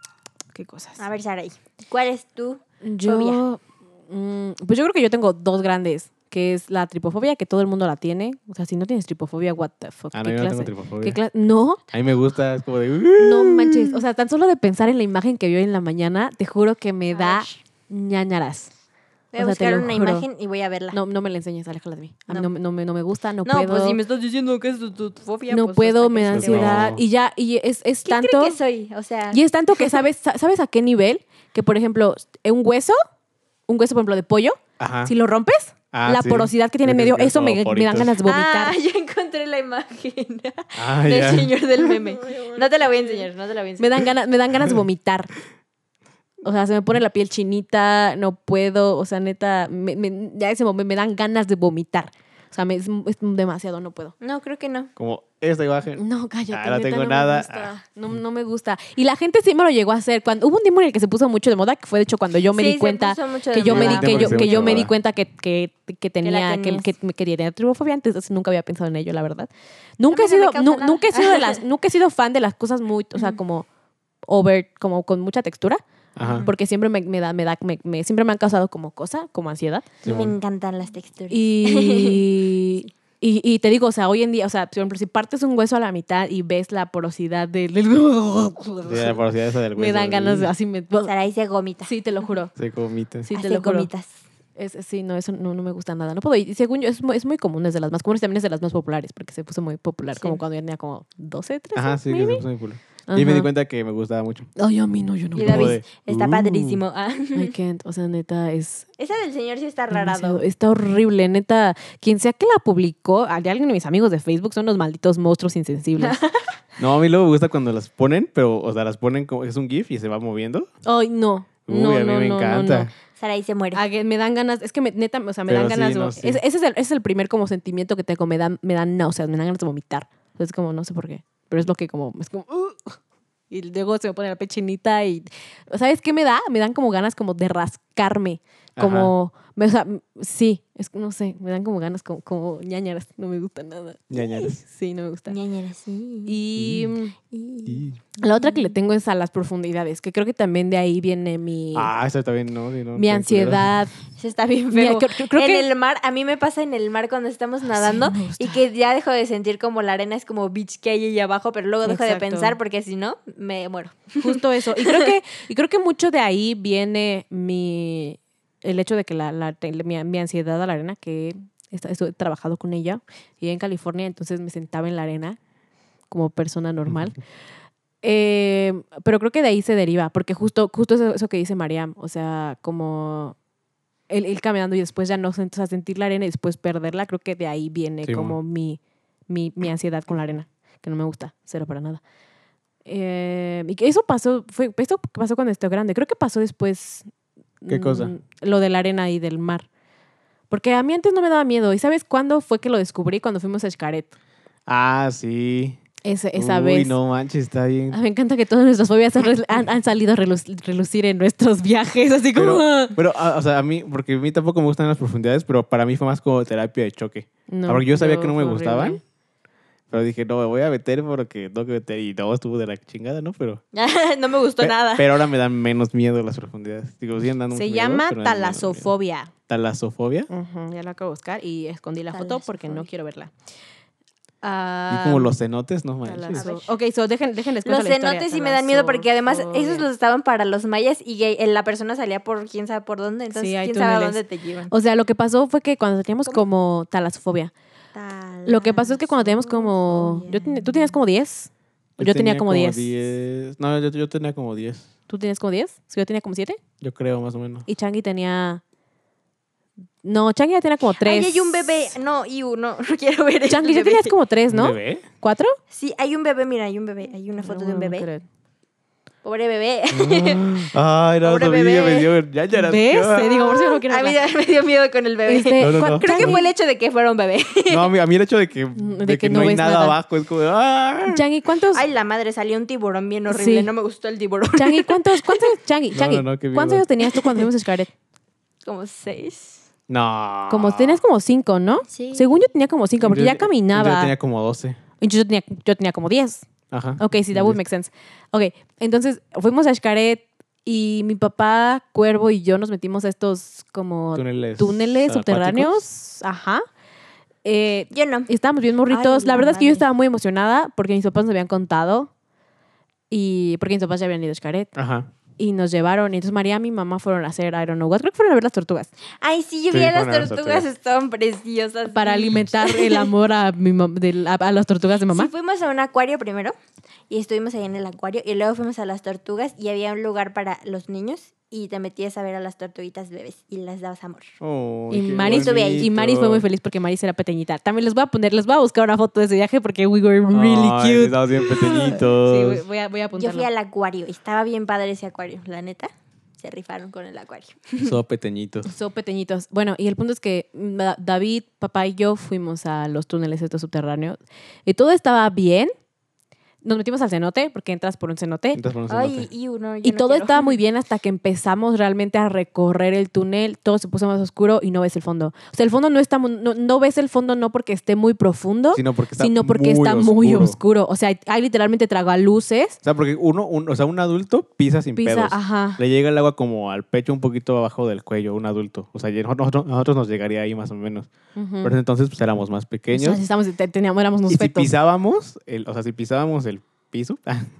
Qué cosas. A ver, Saray, ¿cuál es tu Yo, fobia? mm, pues yo creo que yo tengo dos grandes, que es la tripofobia, que todo el mundo la tiene. O sea, si no tienes tripofobia, what the fuck, Ah, no, ¿qué yo no clase? tengo tripofobia. ¿Qué cla- No, A mí me gusta, es como de, no manches. O sea, tan solo de pensar en la imagen que vio en la mañana, te juro que me A da ver. ñañaras. Voy a o sea, te buscar lo una juro. imagen y voy a verla. No, no me la enseñes, aléjala de mí. A mí No. no, me- no me, no me gusta, no, No, puedo. pues si me estás diciendo que es tu, tu fobia, no pues puedo, hasta me que da se te No. vaya. ansiedad. Y ya, y es, es ¿Qué tanto. cree que soy? O sea, Y es tanto que sabes, sa- ¿sabes a qué nivel? Que, por ejemplo, un hueso, un hueso, por ejemplo, de pollo, ajá. si lo rompes, Ah, la sí. porosidad que tiene en Creo medio, que es eso me, como me dan poritos. ganas de vomitar. Ah, ya encontré la imagen Ah, del ya. señor del meme. No te la voy a enseñar, no te la voy a Me enseñar. dan ganas, me dan ganas de vomitar. O sea, se me pone la piel chinita, no puedo, o sea, neta, me, me- ya ese momento me dan ganas de vomitar. O sea, me- es, es demasiado, no puedo. No, creo que no. Como esta imagen. No, cállate. Ah, no neta, tengo me nada. gusta. No, no me gusta. Y la gente sí me lo llegó a hacer. Cuando, hubo un tiempo en el que se puso mucho de moda, que fue de hecho cuando yo me Sí, di se cuenta puso mucho que de yo me moda. di que yo, Se que puso yo de me di moda. cuenta que, que, que tenía que, tenías. que me quería tener tribofobia antes, entonces nunca había pensado en ello, la verdad. Nunca A he mí no me sido causa nu- nada. nunca he sido de las nunca he sido fan de las cosas muy, o sea, como over, como con mucha textura, Ajá. porque siempre me, me da me da me, me- siempre me han causado como cosa, como ansiedad. Me Simón. encantan las texturas. Y, y, y te digo, o sea, hoy en día, o sea, por ejemplo, si partes un hueso a la mitad y ves la porosidad del... del- Sí, la porosidad esa del hueso. me dan ganas de... Así me... Saray se gomita. Sí, te lo juro. Se comita. Sí, te Hace lo juro. gomitas. Es, sí, no, eso no, no me gusta nada. No puedo. Y según yo, es muy, es muy común, es de las más comunes, también es de las más populares, porque se puso muy popular, Sí. como cuando yo tenía como doce, trece, Ajá, sí, que maybe. se puso muy cool. Y me di Ajá. cuenta que me gustaba mucho. Ay, a mí no, yo no Y puedo. Como David, de, está uh. padrísimo. Ah. I can't. O sea, neta, es Esa del señor sí está demasiado- rarado. está horrible, neta. Quien sea que la publicó, hay alguien de mis amigos de Facebook son los malditos monstruos insensibles. No, a mí luego me gusta cuando las ponen, pero, o sea, las ponen como, es un GIF y se va moviendo. Ay, no. Uy, No, a mí no, me no, no, encanta. no. Saraí se muere. Ah, que me dan ganas, es que me- neta, o sea, me Pero dan sí, ganas. no, de- sí. ese, ese es el, ese es el primer como sentimiento que tengo, me dan, me dan náuseas, me dan ganas de vomitar. O sea, es como, no sé por qué, pero es lo que como, es como, "Ugh". Y luego se me pone la pechinita y, ¿sabes qué me da? Me dan como ganas como de rascarme, como, me- o sea, m- sí, es que no sé, me dan como ganas como, como ñañaras, no me gusta nada. Ñañaras. Sí, no me gusta. Ñañera, sí. Y mm, Y- la otra que le tengo es a las profundidades, que creo que también de ahí viene mi, Ah, eso también no. sí, no mi está ansiedad. Eso está bien Mira, feo. creo- creo en que- el mar, a mí me pasa en el mar cuando estamos nadando no me gusta. y que ya dejo de sentir como la arena es como beach que hay ahí abajo, pero luego dejo Exacto. de pensar porque si no, me muero. Justo eso. Y creo que, y creo que mucho de ahí viene mi el hecho de que la, la- mi, mi ansiedad a la arena, que he, he trabajado con ella, y en California, entonces me sentaba en la arena como persona normal. Eh, pero creo que de ahí se deriva, porque justo, justo eso, eso que dice Mariam, o sea, como el ir caminando y después ya no sen- o sea, sentir la arena y después perderla, creo que de ahí viene Sí, como mi, mi, mi ansiedad con la arena, que no me gusta, cero para nada. Eh, y que eso pasó, fue, esto pasó cuando estoy grande, creo que pasó después. ¿Qué cosa? mm, Lo de la arena y del mar. Porque a mí antes no me daba miedo. ¿Y sabes cuándo fue que lo descubrí? Cuando fuimos a Xcaret. Ah, sí. Ese- esa Uy, vez. no manches, está bien. Ah, me encanta que todas nuestras fobias han, res- han- han salido a reluz- relucir en nuestros viajes, así como... Pero, pero ah, o sea, a mí, porque a mí tampoco me gustan las profundidades, pero para mí fue más como terapia de choque. No, porque yo sabía que no me fue gustaban, horrible. pero dije, no, me voy a meter porque tengo que meter. Y no, estuvo de la chingada, ¿no? Pero, no me gustó pe- nada. pero ahora me dan menos miedo las profundidades. Digo, siguen dando Se miedo, llama pero me dan menos miedo. talasofobia. ¿Talasofobia? Ujú, ya lo acabo de buscar y escondí la foto porque no Talasofobia. quiero verla. Y Ah, como los cenotes, no manches. talaso- Ok, so dejen, dejen les cuento Los la historia. cenotes sí me dan miedo porque además esos Talasofobia. los estaban para los mayas y que la persona salía por quién sabe por dónde, entonces Sí, hay quién sabe a túneles. dónde te llevan. O sea, lo que pasó fue que cuando teníamos ¿Cómo? como talasofobia. Lo que pasó es que cuando teníamos como... Yo ten- ¿Tú tenías como diez? Yo, tenía, como diez. diez. No, yo, yo tenía como diez. ¿Tú tenías como diez? Sí, yo tenía como siete. Yo creo, más o menos. Y Changi tenía... No, Changi ya tenía como tres. Ay, hay un bebé. No, Iu, no, no quiero ver el Changi, ya bebé. tenías como tres, ¿no? ¿Un bebé? ¿Cuatro? Sí, hay un bebé, mira, hay un bebé. Hay una foto No, de un no bebé. creo. Pobre bebé. Ay, no, Pobre no, me bebé. dio ya, ya, ¿Ves? Te digo, por si no quiero A mí hablar. ya me dio miedo con el bebé. Este, No, no, ¿cuál- no. Creo que Changi- fue el hecho de que fuera un bebé. No, a mí, a mí el hecho de que, De de que que no no, hay ves nada, nada. abajo es como de, ¡ah! Changi, ¿cuántos? Ay, la madre, salió un tiburón bien horrible. Sí. No me gustó el tiburón. Changi, ¿cuántos? ¿Cuántos? Changi, No, Changi, no, no, qué miedo. ¿cuántos años tenías tú cuando fuimos a Xcaret? Como seis. No. Como tenías como cinco, ¿no? Sí. Según yo tenía como cinco, porque Yo- ya caminaba. Yo tenía como doce. Entonces yo tenía, yo tenía como diez. Ajá. Ok, sí, that would make sense. Ok, entonces fuimos a Xcaret y mi papá, Cuervo y yo nos metimos a estos como Túneles. túneles acuáticos. subterráneos. Ajá. Eh, Yo no. y estábamos bien morritos. Ay, la la verdad es que yo madre. estaba muy emocionada porque mis papás nos habían contado y porque mis papás ya habían ido a Xcaret Ajá. y nos llevaron. Y entonces María y mi mamá fueron a hacer, I don't know what, creo que fueron a ver las tortugas Ay, sí, yo Sí, vi a las fueron a las tortugas, tortugas. estaban preciosas. para sí. alimentar el amor a, mi mam- del- a, a las tortugas de mamá. Sí, fuimos a un acuario primero y estuvimos ahí en el acuario y luego fuimos a las tortugas y había un lugar para los niños y te metías a ver a las tortuguitas bebés y les dabas amor. Oh, Y qué Maris, Estuve ahí. y Maris fue muy bonito. feliz porque Maris era pequeñita. También les voy a poner, les voy a buscar una foto de ese viaje porque we were really Ay, cute. Estábamos bien Sí, pequeñitos. voy- voy a, voy a Yo apuntarlo. fui al acuario y estaba bien padre ese acuario, la neta. Se rifaron con el acuario. Somos pequeñitos. Son pequeñitos. Bueno, y el punto es que mm, Da- David, papá y yo fuimos a los túneles estos subterráneos y todo estaba bien. Nos metimos al cenote porque entras por un cenote. Entonces, por un Ay, cenote. y uno. Y todo estaba muy bien hasta que empezamos realmente a recorrer el túnel. Todo se puso más oscuro y no ves el fondo. O sea, el fondo no está... mu- No, no ves el fondo no porque esté muy profundo, Sino porque está, sino porque muy está muy oscuro. oscuro. O sea, hay, hay literalmente tragaluces. O sea, porque uno, un, o sea, un adulto pisa sin Pisa, pedos. ajá. Le llega el agua como al pecho, un poquito abajo del cuello, un adulto. O sea, y nosotros, nosotros nos llegaría ahí más o menos. Ujú. Pero entonces pues éramos más O pequeños. sea, si estamos, te- teníamos, éramos unos y si fetos. pisábamos, el, o sea, si pisábamos el piso,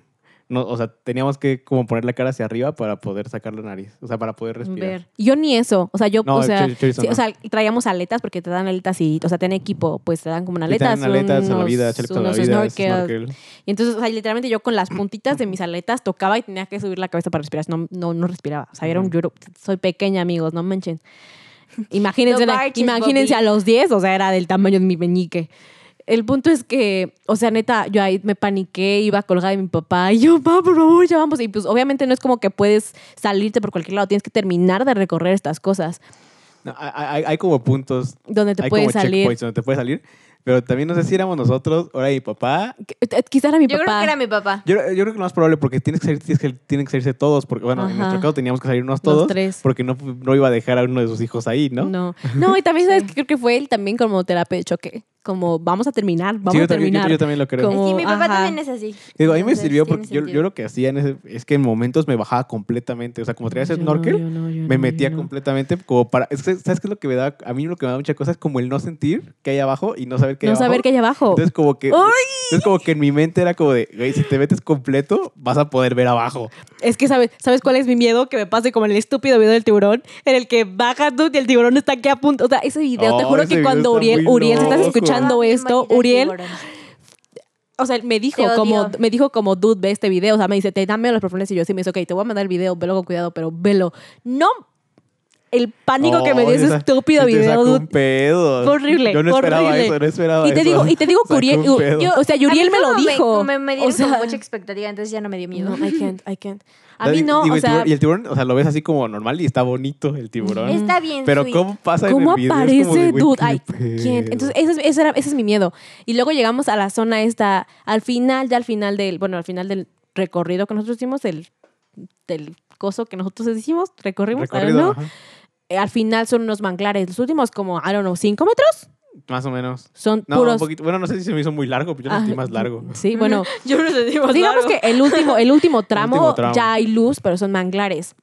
no, o sea, teníamos que como poner la cara hacia arriba para poder sacar la nariz, o sea, para poder respirar. Ver. Yo ni eso. O sea, yo, No, o sea, chorizo- chorizo sí, no. o sea, traíamos aletas porque te dan aletas y, o sea, ten equipo, pues te dan como una Sí, te aletas. dan aletas, unos- salvavidas, chaleco unos salvavidas, snorkel. snorkel. Y entonces, o sea, literalmente yo con las puntitas de mis aletas tocaba y tenía que subir la cabeza para respirar. No, no, no respiraba. O sea, era un Ujú. yo soy pequeña, amigos, no manchen. Imagínense, No marches, imagínense a Bobby. los diez, o sea, era del tamaño de mi meñique. El punto es que, o sea, neta, yo ahí me paniqué, iba colgada de mi papá y yo, papá, por favor, ya vamos. Y pues obviamente no es como que puedes salirte por cualquier lado, tienes que terminar de recorrer estas cosas No, hay, hay- hay como puntos, donde te hay puedes como salir. checkpoints donde te puedes salir, pero también no sé si éramos nosotros, ahora mi papá. Qu- Quizá era mi Yo papá. creo que era mi papá. Yo, yo creo que lo más probable, porque tienes que salir, tienes que, tienen que salirse todos, porque bueno, en Ajá. nuestro caso teníamos que salirnos Los todos, tres. porque no, no iba a dejar a uno de sus hijos ahí, ¿no? No. No, y también sabes que creo que fue él también como terapia de choque. Como vamos a terminar, vamos Sí, yo a también, yo- terminar. yo también lo creo. Como- Es que mi papá ajá. también es así. Digo, a mí me Entonces, sirvió tiene porque yo, sentido. yo lo que hacía en ese, es que en momentos me bajaba completamente. O sea, como traía ese Yo no, snorkel, yo no, yo me no, metía yo no. completamente como para... Es que, ¿sabes qué es lo que me da? A mí lo que me da mucha cosa es como el no sentir que hay abajo y no saber qué hay No abajo. saber qué hay abajo. Entonces como que... Entonces como que en mi mente era como de, güey, si te metes completo, vas a poder ver abajo. Es que, ¿sabes, ¿sabes cuál es mi miedo? Que me pase como en el estúpido video del tiburón, en el que bajas tú y el tiburón está aquí a punto. O sea, ese video, te Oh, juro ese que video cuando está Uriel, muy Uriel, si estás loco. escuchando Estaba bien esto, bonito el Uriel, tiburón. o sea, me dijo Te como, odio. me dijo como, dude, ve este video. O sea, me dice, te dame los profesionales. Y yo sí me dice, ok, te voy a mandar el video, velo con cuidado, pero velo. No, el pánico que me dio Oh, ese esa- estúpido sí te video, sacó dude. un pedo. Fue horrible, Yo no fue esperaba horrible. eso, no esperaba Y te eso. digo, y te digo que Sacó Uriel, un pedo. yo- o sea, A mí Uriel me lo como dijo. Me, me dieron o sea, con mucha expectativa, entonces ya no me dio miedo. no, I can't, I can't. A sea, mí digo- no, digo, o el sea, tiburón- y el tiburón, o sea, lo ves así como normal y está bonito el tiburón. Está bien Pero sweet. cómo pasa ¿cómo en el video? Es como aparece, de, güey, dude? ¿qué Ay, pedo? ¿quién? Entonces, ese es, ese, era- ese es mi miedo. Y luego llegamos a la zona esta, al final, ya al final del, bueno, al final del recorrido que nosotros hicimos, el, del coso que nosotros hicimos, recorrimos, I don't Recorrido, know. ajá. Eh, al final son unos manglares. Los últimos como, I don't know, cinco metros, Más o menos. son No, puros... un poquito. Bueno, no sé si se me hizo muy largo, pero yo lo sentí Ah, más largo. Sí, bueno, Yo no sé, digo, digamos que el último, el último tramo, último tramo. ya hay luz, pero son manglares.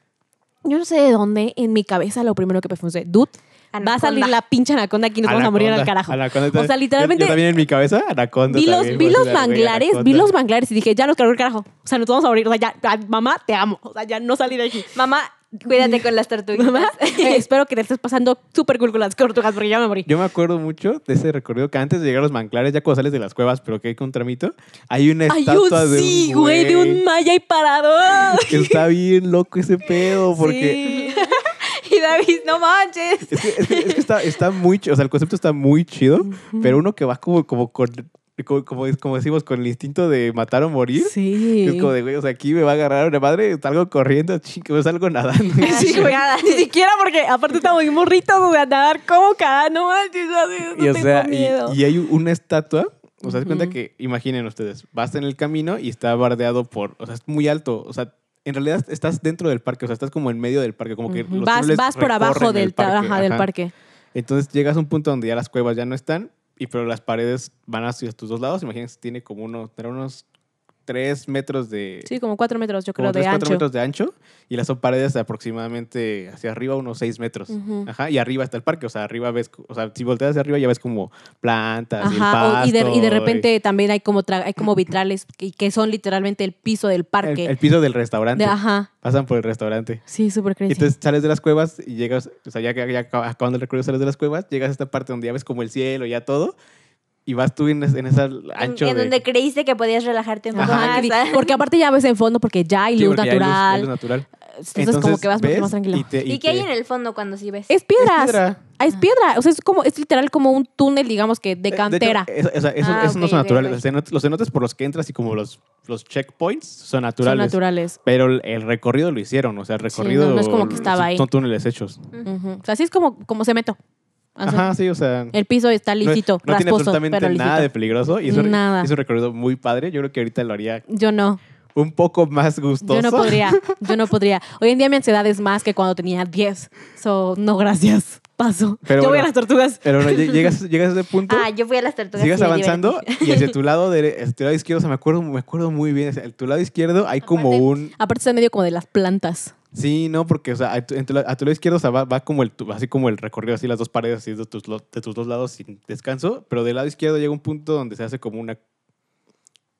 Yo no sé de dónde, en mi cabeza lo primero que me fue, dude, va a salir Anaconda. la pinche anaconda aquí y nos vamos a morir al Anaconda, carajo. Anaconda, O sea, yo- literalmente- Yo, también en mi cabeza, anaconda. Vi los, también, vi fue los así de, güey, manglares, vi anaconda. los manglares y dije, ya nos cargó el carajo. O sea, nos vamos a morir. O sea, ya, ya, mamá, te amo. O sea, ya no salí de aquí. Mamá, cuídate con las tortugas. Mamá, eh, espero que te estés pasando súper cool con las tortugas porque ya me morí. Yo me acuerdo mucho de ese recorrido que antes de llegar a los manglares, ya cuando sales de las cuevas, pero que hay con tramito, hay una Ay, estatua un de un sí, güey, de un maya y parado. que está bien loco ese pedo, porque Sí. Y David, no manches. es que, es que- es que está, está muy chido, o sea, el concepto está muy chido, pero uno que va como, como con, como, como, como decimos, con el instinto de matar o morir, Sí. que es como de, güey, o sea, aquí me va a agarrar una madre, salgo corriendo, chingo, salgo nadando. Sí, güey. Chingada. Ni siquiera porque aparte estamos muy morritos, o sea, nadar como cara, no manches, no, Y, o tengo sea, miedo. y, y hay una estatua, o sea, se cuenta Ujú. que, imaginen ustedes, vas en el camino y está bardeado por, o sea, es muy alto, o sea, en realidad estás dentro del parque, o sea, estás como en medio del parque, como que Ujú. los vas, túneles vas por abajo recorren del, el parque, ajá, del ajá. parque. Entonces llegas a un punto donde ya las cuevas ya no están, y pero las paredes van hacia tus dos lados, imagínense, tiene como unos, tendrá unos tres metros de... Sí, como cuatro metros, yo como creo, de tres, cuatro ancho. metros de ancho, y las son paredes de aproximadamente hacia arriba unos seis metros. Ujú. Ajá, y arriba está el parque, o sea, arriba ves, o sea, si volteas hacia arriba ya ves como plantas y el Ajá, o- y, de, y de pasto, repente también hay como, tra- hay como vitrales que, que son literalmente el piso del el, parque. el piso del restaurante. De- ajá, Pasan por el restaurante. sí, súper Y crazy. entonces sales de las cuevas y llegas, o sea, ya, ya, ya acab- acabando el recorrido sales de las cuevas, llegas a esta parte donde ya ves como el cielo, ya todo, y vas tú en, es- en ese En, ancho en de... donde creíste que podías relajarte un poco Ajá, más. que di- porque aparte ya ves en fondo porque ya hay Sí, luz porque ya hay luz- natural. hay luz natural. Entonces, como que vas mucho ves más tranquilo. Y, te- y ¿Y qué hay te- en el fondo cuando sí ves? Es piedras. Es piedra. Ah, es piedra. O sea, es como, es literal como un túnel, digamos que de Eh, cantera. hecho, eso, o sea, eso- Ah, esos no ok, son ok, naturales. ok. Los cenotes, los cenotes por los que entras y como los, los checkpoints son Son naturales. naturales. Pero el, el recorrido lo hicieron. O sea, el recorrido... no, no es como que estaba son- ahí. Son túneles hechos. Ujú. O sea, así es como, como cemento. O sea, Ajá, sí, o sea... el piso está no, lisito, no tiene rasposo, absolutamente pero nada lisito. de peligroso. Y es un, Nada. es un recorrido muy padre. Yo creo que ahorita lo haría Yo no. un poco más gustoso. Yo no podría. Yo no podría. Hoy en día mi ansiedad es más que cuando tenía diez. So, no, gracias. Paso. Pero Yo voy a bueno. las tortugas. Pero bueno, lle- llegas, llegas a ese punto, Ah, yo fui a las tortugas. sigas sí, avanzando divertí. y hacia tu lado, dere- hacia tu lado izquierdo, o sea, me acuerdo, me acuerdo muy bien, hacia tu lado izquierdo hay como Aparte- un... Aparte está en medio como de las plantas. Sí, no, porque, o sea, a tu, en tu la- a tu lado izquierdo, o sea, va, va como el, tu- así como el recorrido, así las dos paredes, así de tus, lo- de tus dos lados sin descanso, pero del lado izquierdo llega un punto donde se hace como una,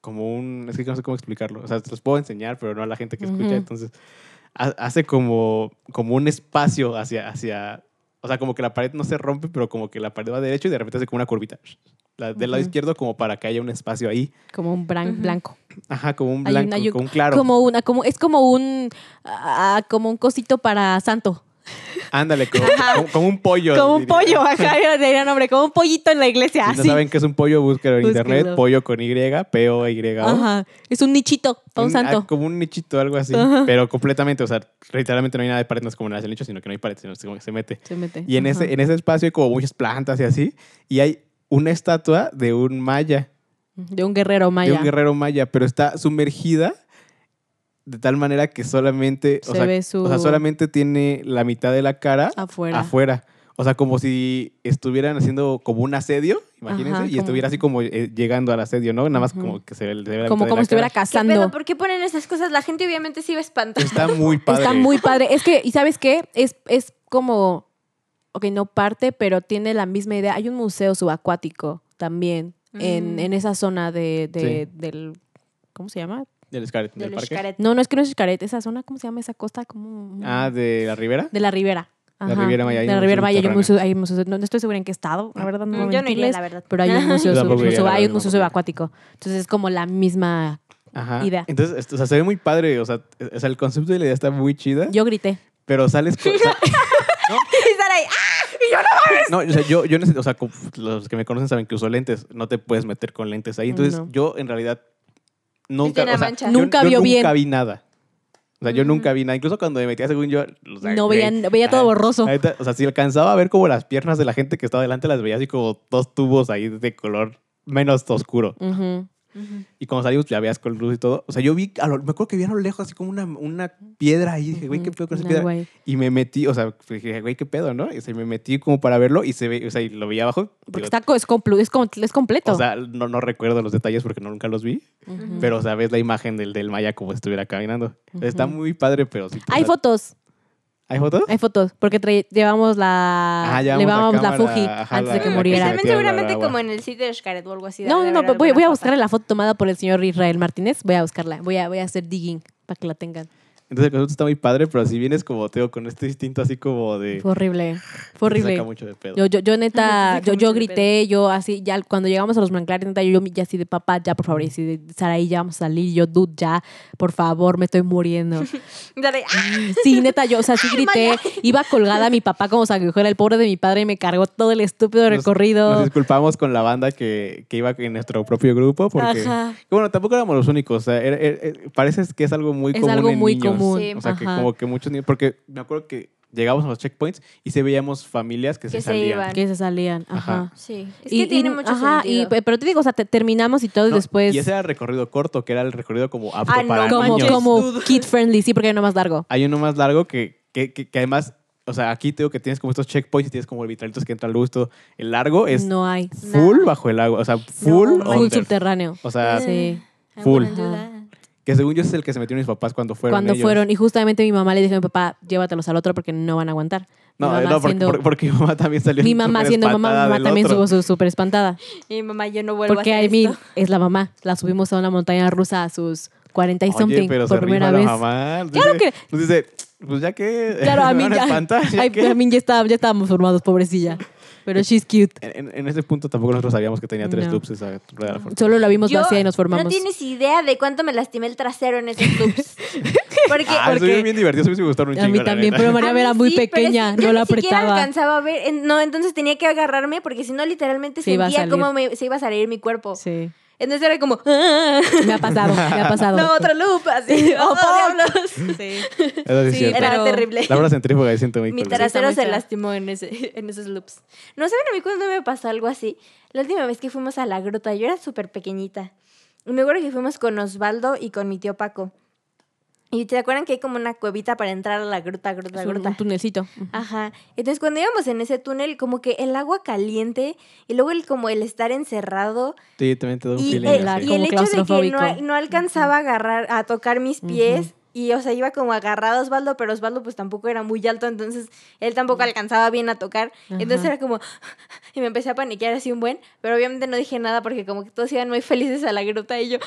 como un, es que no sé cómo explicarlo, o sea, te los puedo enseñar, pero no a la gente que escucha, Ujú. entonces ha- hace como, como un espacio hacia, hacia, o sea, como que la pared no se rompe, pero como que la pared va derecho y de repente hace como una curvita. La, del lado Ujú. izquierdo como para que haya un espacio ahí. Como un bran- Ujú. blanco. Ajá, como un Hay un- blanco, hay un- como un claro. Como una, como, es como un, ah, como un cosito para santo. Ándale, como, como, como un pollo. Como un diría. pollo, ajá, yo diría nombre, como un pollito en la iglesia, Si no así. saben qué es un pollo, búsquelo en Búsquenlo. internet. Pollo con Y, P O Y O. Ajá, es un nichito para un Un- ah, santo. como un nichito, algo así. Ajá. Pero completamente, o sea, literalmente no hay nada de pared, no es como nace el nicho, sino que no hay pared, sino que se- se mete. Se mete. Y en Ajá. ese, en ese espacio hay como muchas plantas y así. Y hay una estatua de un maya, De un guerrero maya. de un guerrero maya, pero está sumergida de tal manera que solamente, o Se sea, ve su- o sea, solamente tiene la mitad de la cara Afuera. afuera. O sea, como si estuvieran haciendo como un asedio, imagínense, Ajá, y como- estuviera así como eh, llegando al asedio, ¿no? Nada más Ujú. como que se ve, se ve la Como, mitad de como la si estuviera cara. ¿Qué cazando. pedo? ¿Por qué ponen esas cosas? La gente obviamente se iba a espantar. Está muy padre. Está muy padre. Es que, ¿y sabes qué? Es, es como, ok, no parte, pero tiene la misma idea. Hay un museo subacuático también en, Mm. en esa zona de, de- Sí. del, ¿cómo se llama? Del Xcaret, Del del parque. Xcaret. No, no es que no es Xcaret. Esa zona, ¿cómo se llama esa costa? Como, Ah, de la Ribera. de la Ribera. La Ajá. Riviera Maya, hay De la un Riviera museo Maya hay un subterráneo. museo, hay un museo- no, no estoy segura en qué estado, la verdad, no Mm, voy a yo no iría, mentirles, la verdad. pero hay un museo, Yo tampoco sub- iría, la hay verdad, un museo tampoco iría. subacuático. Entonces es como la misma Ajá. idea. Entonces, esto- o sea, se ve muy padre. O sea, e- o sea, el concepto de la idea está muy chida, Yo grité. pero sales con... o sea, Y estar ahí, ¡ah! no, o sea, yo, yo necesito... O sea, como los que me conocen saben que uso lentes. No te puedes meter con lentes ahí. Entonces, No. yo en realidad nunca... Tiene O sea, mancha. yo- Nunca yo vio bien. Nunca vi nada. O sea, yo Ujú. nunca vi nada. Incluso cuando me metía, según yo... o sea, No güey, veía, veía todo ah, borroso. ahorita, o sea, si alcanzaba a ver como las piernas de la gente que estaba delante, las veía así como dos tubos ahí de color menos oscuro. Ujú. Y cuando salimos ya veías con luz y todo. O sea, yo vi, a lo- me acuerdo que vi a lo lejos así como una, una piedra ahí. Dije, güey, ¿qué pedo con esa Una piedra? güey. Y me metí, o sea, dije, güey, ¿qué pedo, no? Y o sea, me metí como para verlo y se ve, o sea, y lo vi abajo. Porque digo, está, co- es, complu- es, com- es completo. o sea, no, no recuerdo los detalles porque no, nunca los vi. Ujú. Pero, o sea, ves la imagen del, del Maya como si estuviera caminando. Está Ujú. muy padre, pero sí. o Hay sea, fotos, ¿Hay fotos? hay fotos, porque trae- llevamos la, Ah, llevamos la llevábamos la, cámara, Fuji ajá, antes la- de que la que muriera. se También metía al seguramente agua. como en el sitio de Xcaret o algo así. No, debe no, haber no, voy, alguna voy a foto. buscar la foto tomada por el señor Israel Martínez. Voy a buscarla. Voy a, voy a hacer digging para que la tengan. Entonces, el concepto está muy padre, pero si vienes como, Teo, con este instinto así como de... Fue horrible. Fue te saca horrible. mucho de pedo. Yo, yo, yo neta, Saca yo, yo mucho de grité, yo así, ya cuando llegamos a los Monclares, neta, yo ya así de papá, ya por favor, y así de Saraí, ya vamos a salir, y yo, dude, ya, por favor, me estoy muriendo. Dale, ¡ah! Sí, neta, yo, o sea, sí grité, iba colgada mi papá como sanguijuela, el pobre de mi padre, y me cargó todo el estúpido Nos- recorrido. Nos disculpamos con la banda que, que iba en nuestro propio grupo porque... Ajá. que bueno, tampoco éramos los únicos. O sea, era- era- era- parece que es algo muy Es común algo en muy niños. común. Sí. O sea, que Ajá. como que muchos niños... Porque me acuerdo que llegábamos a los checkpoints y se veíamos familias que, Que se se salían. iban. Que se salían, ajá. Ajá. Sí, es Y- que tiene y- mucho ajá, y- sentido. pero te digo, o sea, te- terminamos y todo y No, después Y ese era el recorrido corto, que era el recorrido como apto Ah, no para como, niños. como kid friendly, sí, porque hay uno más largo. Hay uno más largo que, que, que, que además... O sea, aquí tengo que tienes como estos checkpoints y tienes como vitralitos que entra luz. Todo. El largo es No hay. full Nada. bajo el agua. O sea, full No, Full under. subterráneo. O sea, Sí. full. Alguna duda. que según yo ese es el que se metieron mis papás cuando fueron Cuando ellos. fueron, y justamente mi mamá le dijo a mi papá, llévatelos al otro porque no van a aguantar. Mi No, mamá no porque, siendo- porque, porque mi mamá también salió mi mamá súper siendo mamá, espantada mamá del también otro. estuvo súper espantada. Y mi mamá, yo no vuelvo Porque a I hacer mean, esto. es la mamá. La subimos a una montaña rusa a sus cuarenta y Oye, something pero por se primera rifa vez. la mamá. Claro dice, que- Pues dice, pues ya que Claro, a me mí van a ya, espantar, ¿ya ay, qué? a mí ya, estaba, ya estábamos formados, pobrecilla. Pero she's cute. En, en ese punto tampoco nosotros sabíamos que tenía tres No. loops esa rueda de la fortuna. Solo la vimos Yo- vacía y nos formamos. No tienes idea de cuánto me lastimé el trasero en esos loops. Porque, Ah, porque eso bien divertido, eso me gustaron un A chingo. mí la también, neta. pero María A mí era muy sí, pero es que pequeña, yo no la ni siquiera apretaba. alcanzaba a ver. en- No, entonces tenía que agarrarme porque si no, literalmente Se iba a sentía salir. cómo me- se iba a salir mi cuerpo. Sí. Entonces era como, "Ah". Me ha pasado, me ha pasado. no, otro loop, así. Oh, ¡Oh, diablos! Sí. Eso sí es Sí, cierto. Era pero- terrible. La hora centrífuga ahí siento muy Mi cool. trasero muy se fea. lastimó en, ese, en esos loops. No saben a mí cuando me pasó algo así. La última vez que fuimos a la gruta, yo era súper pequeñita. Y me acuerdo que fuimos con Osvaldo y con mi tío Paco. Y te acuerdan que hay como una cuevita para entrar a la gruta, gruta, Es un, gruta. un tunelcito. Ajá. Entonces cuando íbamos en ese túnel, como que el agua caliente y luego el como el estar encerrado Sí, también te da un y, feeling el, la- así. y como el hecho de que claustrofóbico. no, no alcanzaba a agarrar, a tocar mis pies y, o sea, iba como agarrado a Osvaldo, pero Osvaldo pues tampoco era muy alto, entonces él tampoco alcanzaba bien a tocar. Ajá. Entonces era como, y me empecé a paniquear así un buen, pero obviamente no dije nada porque como que todos iban muy felices a la gruta y yo,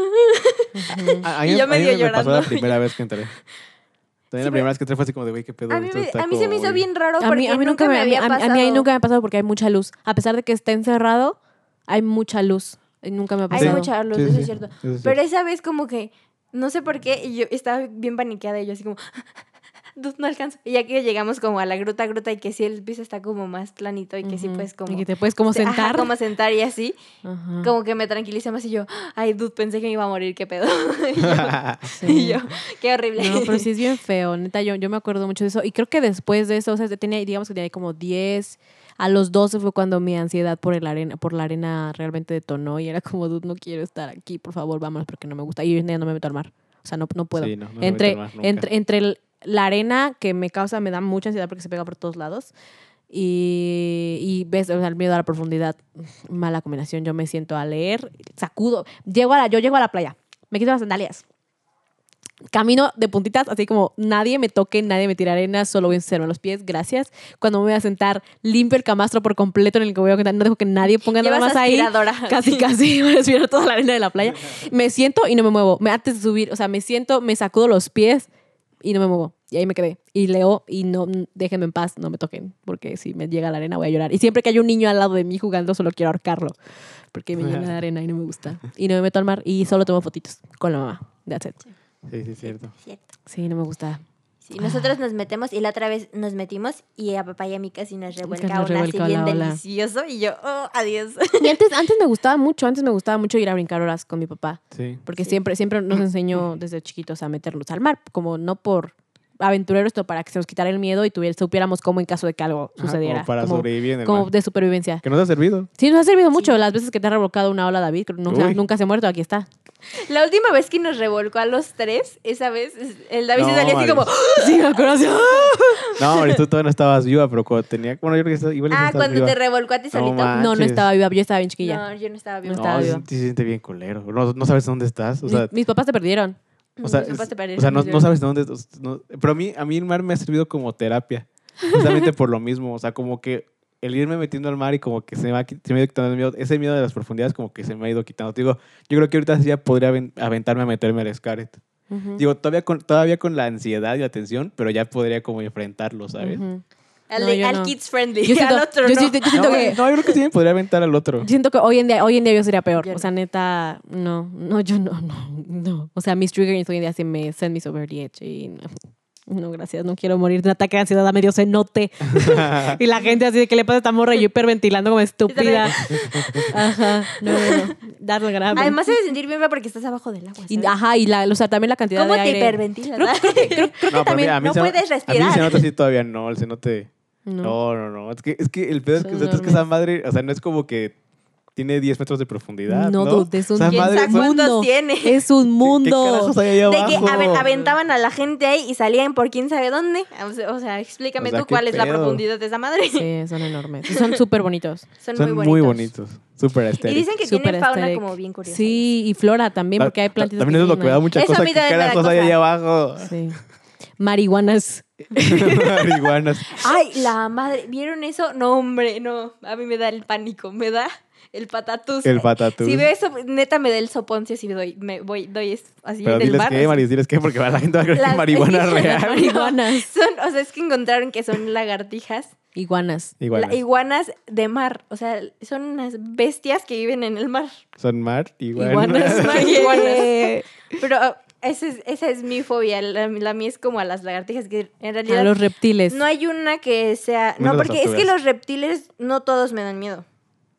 A, a Y mí, yo a mí medio me pasó la llorando. primera vez que entré. También Sí, la primera vez que entré fue así como de, güey, qué pedo. a mí, esto me, está a mí se como me hizo muy- bien raro A porque mí, a mí nunca, nunca me me, a mí, había a mí- pasado. a mí ahí nunca me ha pasado porque hay mucha luz. A pesar de que está encerrado, hay mucha luz. Y nunca me ha Hay pasado. mucha luz, Sí, eso sí, es cierto. eso es Pero cierto. esa vez como que, no sé por qué, y yo estaba bien paniqueada y yo así como, "Dude, no alcanzo". Y ya que llegamos como a la gruta, gruta, y que sí el piso está como más planito y que sí Ujú. puedes como... Y que te puedes como se- ajá, sentar. como sentar y así, Ajá. como que me tranquilicé más y yo, ay, dude, pensé que me iba a morir, qué pedo. y, yo, Sí. y yo, qué horrible. No, pero sí es bien feo, neta, yo, yo me acuerdo mucho de eso. Y creo que después de eso, o sea, tenía, digamos que tenía como diez, a los doce fue cuando mi ansiedad por el arena, por la arena realmente detonó y era como, dude, no quiero estar aquí, por favor, vámonos porque no me gusta. Y hoy en día no me meto al mar. O sea, no, no puedo. Sí, no, no me entre, meto al mar nunca. entre, entre el- la arena que me causa, me da mucha ansiedad porque se pega por todos lados. Y, y ves, o sea, el miedo a la profundidad, mala combinación. Yo me siento a leer, sacudo, llego a la, yo llego a la playa, me quito las sandalias, camino de puntitas, así como nadie me toque, nadie me tire arena, solo voy a encerrarme los pies, gracias. Cuando me voy a sentar, limpio el camastro por completo en el que voy a sentar, no dejo que nadie ponga nada Llevas más ahí. aspiradora. Casi, casi, voy a aspirar toda la arena de la playa. Me siento y no me muevo. Me, antes de subir, o sea, me siento, me sacudo los pies y no me muevo. Y ahí me quedé. Y leo y no, déjenme en paz, no me toquen, porque si me llega la arena voy a llorar. Y siempre que hay un niño al lado de mí jugando, solo quiero ahorcarlo, porque me llena de arena y no me gusta. Y no me meto al mar y solo tomo fotitos con la mamá. That's it. Sí, sí, es cierto. Cierto. Sí, no me gusta. Sí, nosotros nos metemos y la otra vez nos metimos y a papá y a mí casi nos revuelca nos una así revuelca bien la ola. delicioso y yo, oh, adiós. Y antes, antes me gustaba mucho, antes me gustaba mucho ir a brincar horas con mi papá. Sí. Porque Sí. siempre, siempre nos enseñó desde chiquitos a meternos al mar, como no por aventureros, esto para que se nos quitara el miedo y tuviera, supiéramos cómo en caso de que algo Ajá, sucediera. como para como, sobrevivir en el como mar. de supervivencia. Que nos ha servido. Sí, nos ha servido mucho. Sí. Las veces que te ha revolcado una ola, David, nunca, Uy. nunca se ha muerto, aquí está. La última vez que nos revolcó a los tres, esa vez, el David No, se salía así Maris. como, Sí, me acuerdo así. No, Maris, tú todavía no estabas viva, pero cuando tenía... Bueno, yo creo que estaba- igual ah, estabas cuando viva. te revolcó a ti No, solito. ma. No, no Manches. estaba viva, yo estaba bien chiquilla. No, yo no estaba viva. No No, estaba sí, viva. sí se siente bien culero. No, no sabes dónde estás. O Mis- sea, mis, papás se perdieron. o sea, Mis papás es- te parecen o sea no, mis no sabes dónde... no- pero a mí, a mí el mar me ha servido como terapia. Justamente por lo mismo. O sea, como que el irme metiendo al mar y como que se me ha, qui- se me ha ido quitando el miedo. Ese miedo de las profundidades como que se me ha ido quitando. Te digo, yo creo que ahorita sí ya podría aven- aventarme a meterme al Xcaret. Ujú. Digo, todavía con, todavía con la ansiedad y la tensión, pero ya podría como enfrentarlo, ¿sabes? Ujú. Al, No, de- yo al no. kids friendly, Yo siento, al otro yo no. siento- yo siento No, que, no, yo creo que sí me podría aventar al otro. siento que hoy en día, hoy en día yo sería peor. Yo O no. sea, neta, no, no, yo no, no, no. O sea, mis triggers hoy en día sí me send me over the edge y no, no, gracias, no quiero morir de un ataque de ansiedad a medio cenote. Y la gente así de que le pasa a esta morra y yo hiperventilando como estúpida. Ajá, no, no, no. Darle grave. Además se debe sentir bien feo porque estás abajo del agua. Y, ¿sabes? ajá, y la, o sea, también la cantidad ¿Cómo de te aire. hiperventilas? Creo, creo que, creo, creo que No, pero también. mira, a mí no se- puedes A mí el respirar. cenote sí todavía no, el cenote... No. No, no, no. Es que, es que el pedo es que, Son es que esa enormes. madre, o sea, no es como que tiene diez metros de profundidad. No, No, dude, es un, Esa ¿Quién madre sabe son- cuántos mundo. tiene? Es un ¿Qué- mundo. ¿Qué, carajos hay allá De que abajo? aven- aventaban a la gente ahí y salían por quién sabe dónde. O sea, o sea, explícame O sea, tú ¿qué cuál es la pedo? profundidad de esa madre. Sí, son enormes. Y son súper bonitos. Son, Son muy bonitos. Súper Y estéticos. dicen que Súper tienen fauna aesthetic. como bien curiosa. Sí, y flora también, porque hay plantitas. También eso es lo que me da mucha Eso a cosa. mí ¿Qué también me da carajos hay cosa. allá abajo? Sí. Marihuanas. Marihuanas. Ay, la madre, ¿vieron eso? No, hombre, no. A mí me da el pánico, me da el patatús. El patatús. Si veo eso, neta me da el soponcio si doy, me voy, doy es- así Pero en el diles mar. qué, así. Maris, diles qué, porque la gente va a creer que Las- es marihuana Las real. Marihuanas. Son, o sea, es que encontraron que son lagartijas, Iguanas. Iguanas. la- iguanas de mar. O sea, son unas bestias que viven en el mar. Son mar, iguanas. Iguanas. Mar, Yeah. iguanas. Pero ah, esa es, esa es mi fobia. La, la mía es como a las lagartijas, que en realidad A los reptiles. no hay una que sea... Menos No, las porque es que tortugas. los reptiles no todos me dan miedo.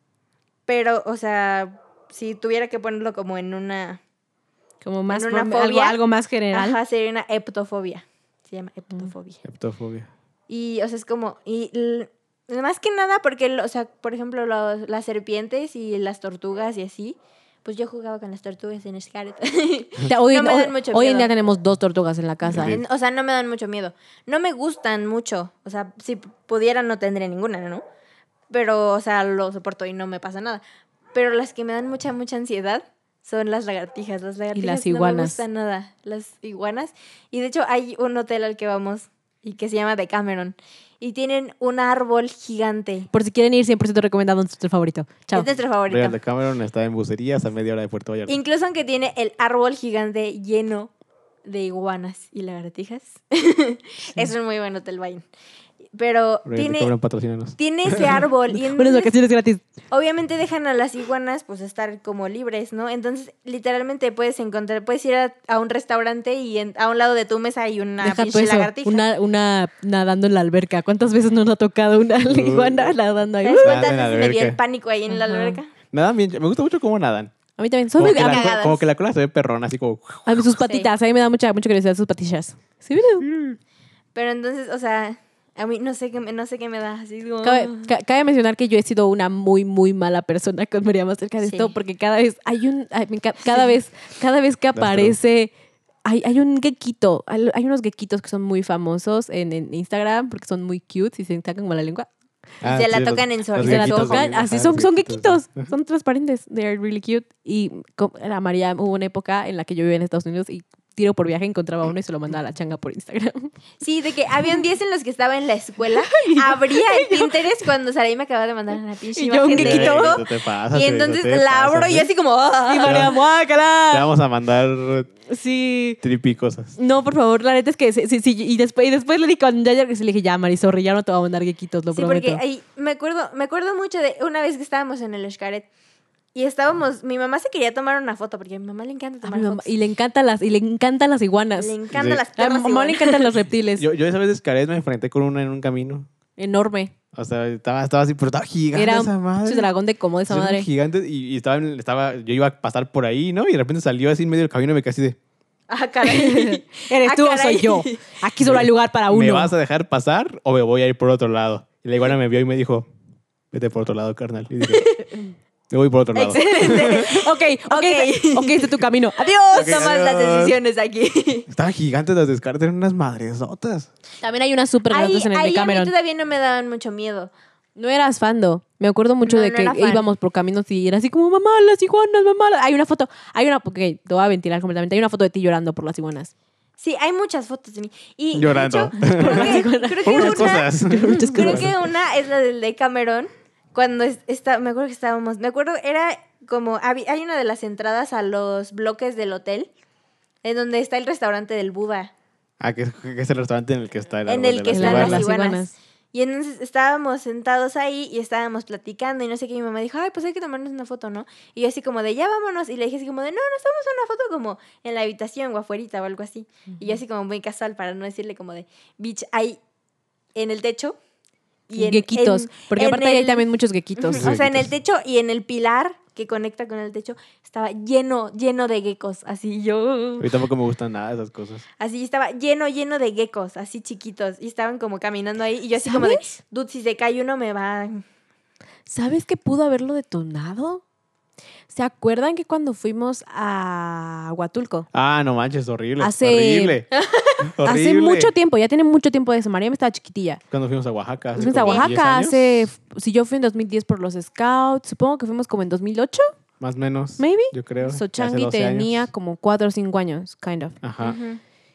Pero, o sea, si tuviera que ponerlo como en una... Como más en una algo, fobia. algo más general. Ajá, sería una heptofobia. Se llama heptofobia. Heptofobia. Y, o sea, es como... Y l- más que nada porque, lo- o sea, por ejemplo, los- las serpientes y las tortugas y así... Pues yo jugaba con las tortugas en Xcaret. Te- Hoy, No me hoy- dan mucho hoy en miedo. día tenemos dos tortugas en la casa. Sí. O sea, no me dan mucho miedo. No me gustan mucho. O sea, si pudiera no tendría ninguna, ¿no? Pero, o sea, lo soporto y no me pasa nada. Pero las que me dan mucha, mucha ansiedad son las lagartijas. Las lagartijas las no me iguanas. gustan nada. Las iguanas. Y de hecho hay un hotel al que vamos y que se llama The Cameron. Y tienen un árbol gigante. Por si quieren ir, cien por ciento recomendado nuestro favorito. Chao. Es nuestro favorito. Real de Cameron está en bucerías a media hora de Puerto Vallarta. Incluso aunque tiene el árbol gigante lleno de iguanas y lagartijas. Es un muy buen hotel, vayan. Pero Real de tiene, Cameron, patrocínanos. tiene ese árbol. Y Unas entonces, vacaciones gratis. obviamente dejan a las iguanas pues estar como libres, ¿no? Entonces, literalmente puedes encontrar, puedes ir a, a un restaurante y en- a un lado de tu mesa hay una Deja tú pinche eso, lagartija. una, una nadando en la alberca. ¿Cuántas veces nos ha tocado una iguana nadando ahí? ¿Sabes Uh, cuántas en la veces me dio el alberca. pánico ahí en la Ajá. alberca? Nadan bien. Me gusta mucho cómo nadan. A mí también. Son Como muy que, la, a, cagadas. como que la cola se ve perrona, así como... a mí sus patitas. A mí me da mucha, mucha curiosidad sus patillas. Sí, mira. Pero entonces, o sea, a mí no sé qué, me- no sé qué me da. Así como... Cabe, ca- cabe mencionar que yo he sido una muy, muy mala persona con María acerca de Sí. esto, porque cada vez hay un, ay, me enca- cada vez, cada vez que That's true. aparece, hay, hay un gequito, hay, hay unos gequitos que son muy famosos en, en Instagram porque son muy cute y se sacan como la lengua. Ah, se la sí, los- tocan en su- los Y se la gatitos tocan, son- así ajá, son, los son gatitos, gequitos, son transparentes, they are really cute. Y co- la María, hubo una época en la que yo vivía en Estados Unidos y tiro por viaje encontraba uno y se lo mandaba a la changa por Instagram. Sí, de que habían días en los que estaba en la escuela, abría el Pinterest cuando Saraí me acababa de mandar una pinche Y yo, un imagen de gequito. algo, Eso te pasa, y sí, entonces eso te la pasa, abro y sí. yo así como... "Ah". Y María, Te ¡muácala! vamos a mandar Sí. trippy cosas. No, por favor, la neta es que sí, sí, sí, y después, y después le dije cuando ya llegué, le dije, ya, Mari, sorry, ya no te voy a mandar gequitos, lo Sí, prometo. porque ahí me acuerdo, me acuerdo mucho de una vez que estábamos en el Xcaret y estábamos, mi mamá se quería tomar una foto porque a mi mamá le encanta A tomar mi mamá- fotos. y le encantan las, y le encantan las iguanas. Le encantan Sí. las A mi perras mamá le iguanas. encantan los reptiles. Yo, yo esa vez de Xcaret me enfrenté con una en un camino. Enorme. O sea, estaba, estaba así, pero estaba gigante Era esa un madre. pinche dragón de como de esa Era un madre. gigante y, y estaba, en- estaba, yo iba a pasar por ahí, ¿no? Y de repente salió así en medio del camino y me quedé así de, Ah, caray. ¿Eres Ah, tú o caray. soy yo? Aquí solo hay lugar para uno. ¿me vas a dejar pasar o me voy a ir por otro lado? Y la iguana me vio y me dijo, vete por otro lado, carnal. Y dije, me voy por otro lado. Excelente. Ok, ok, Ok. ok, este es tu camino. Adiós, Ok, tomas las adiós. decisiones aquí. Estaban gigantes las descartes, eran unas madresotas. También hay unas súper Ahí, grandes en el ahí de a mí Cameron. todavía no me daban mucho miedo. No eras fando. Me acuerdo mucho No, de no que era fan. íbamos por caminos y era así como, mamá, las iguanas, mamá. Hay una foto, hay una, ok, te voy a ventilar completamente. Hay una foto de ti llorando por las iguanas. Sí, hay muchas fotos de mí. Y de Llorando. hecho, creo que, creo que Por muchas una, cosas. Muchas creo cosas. que una es la del de Cameron. Cuando es- está, me acuerdo que estábamos, me acuerdo, era como, habi- hay una de las entradas a los bloques del hotel, en donde está el restaurante del Buda, Ah, que, que es el restaurante en el que está el en árbol el de que las están iguanas. las iguanas. Y entonces estábamos sentados ahí y estábamos platicando y no sé qué, y mi mamá dijo, ay, pues hay que tomarnos una foto, ¿no? Y yo así como de, ya vámonos. Y le dije así como de, no, nos tomamos una foto como en la habitación o afuerita o algo así. Y yo así como muy casual para no decirle como de, bitch, hay en el techo. Y en, Gequitos. en- porque en aparte hay el- también muchos gequitos. Ujú, o sea, en el Gequitos. techo y en el pilar que conecta con el techo estaba lleno, lleno de geckos. Así yo... A mí tampoco me gustan nada esas cosas. Así estaba lleno, lleno de geckos, así chiquitos. Y estaban como caminando ahí. Y yo así como de, ¿Sabes? dude, si se cae uno me va... ¿Sabes qué pudo haberlo detonado? ¿Se acuerdan que cuando fuimos a Huatulco? Ah, no manches, horrible. Hace- Horrible. Hace Horrible. mucho tiempo, ya tiene mucho tiempo de eso. María me estaba chiquitilla. Cuando fuimos a Oaxaca. hace Fuimos a como diez Oaxaca años, hace... Si yo fui en dos mil diez por los Scouts, supongo que fuimos como en dos mil ocho, Más o menos. maybe. Yo creo. hace Sochangui doce tenía años. como cuatro o cinco años, kind of. Ajá. Ujú.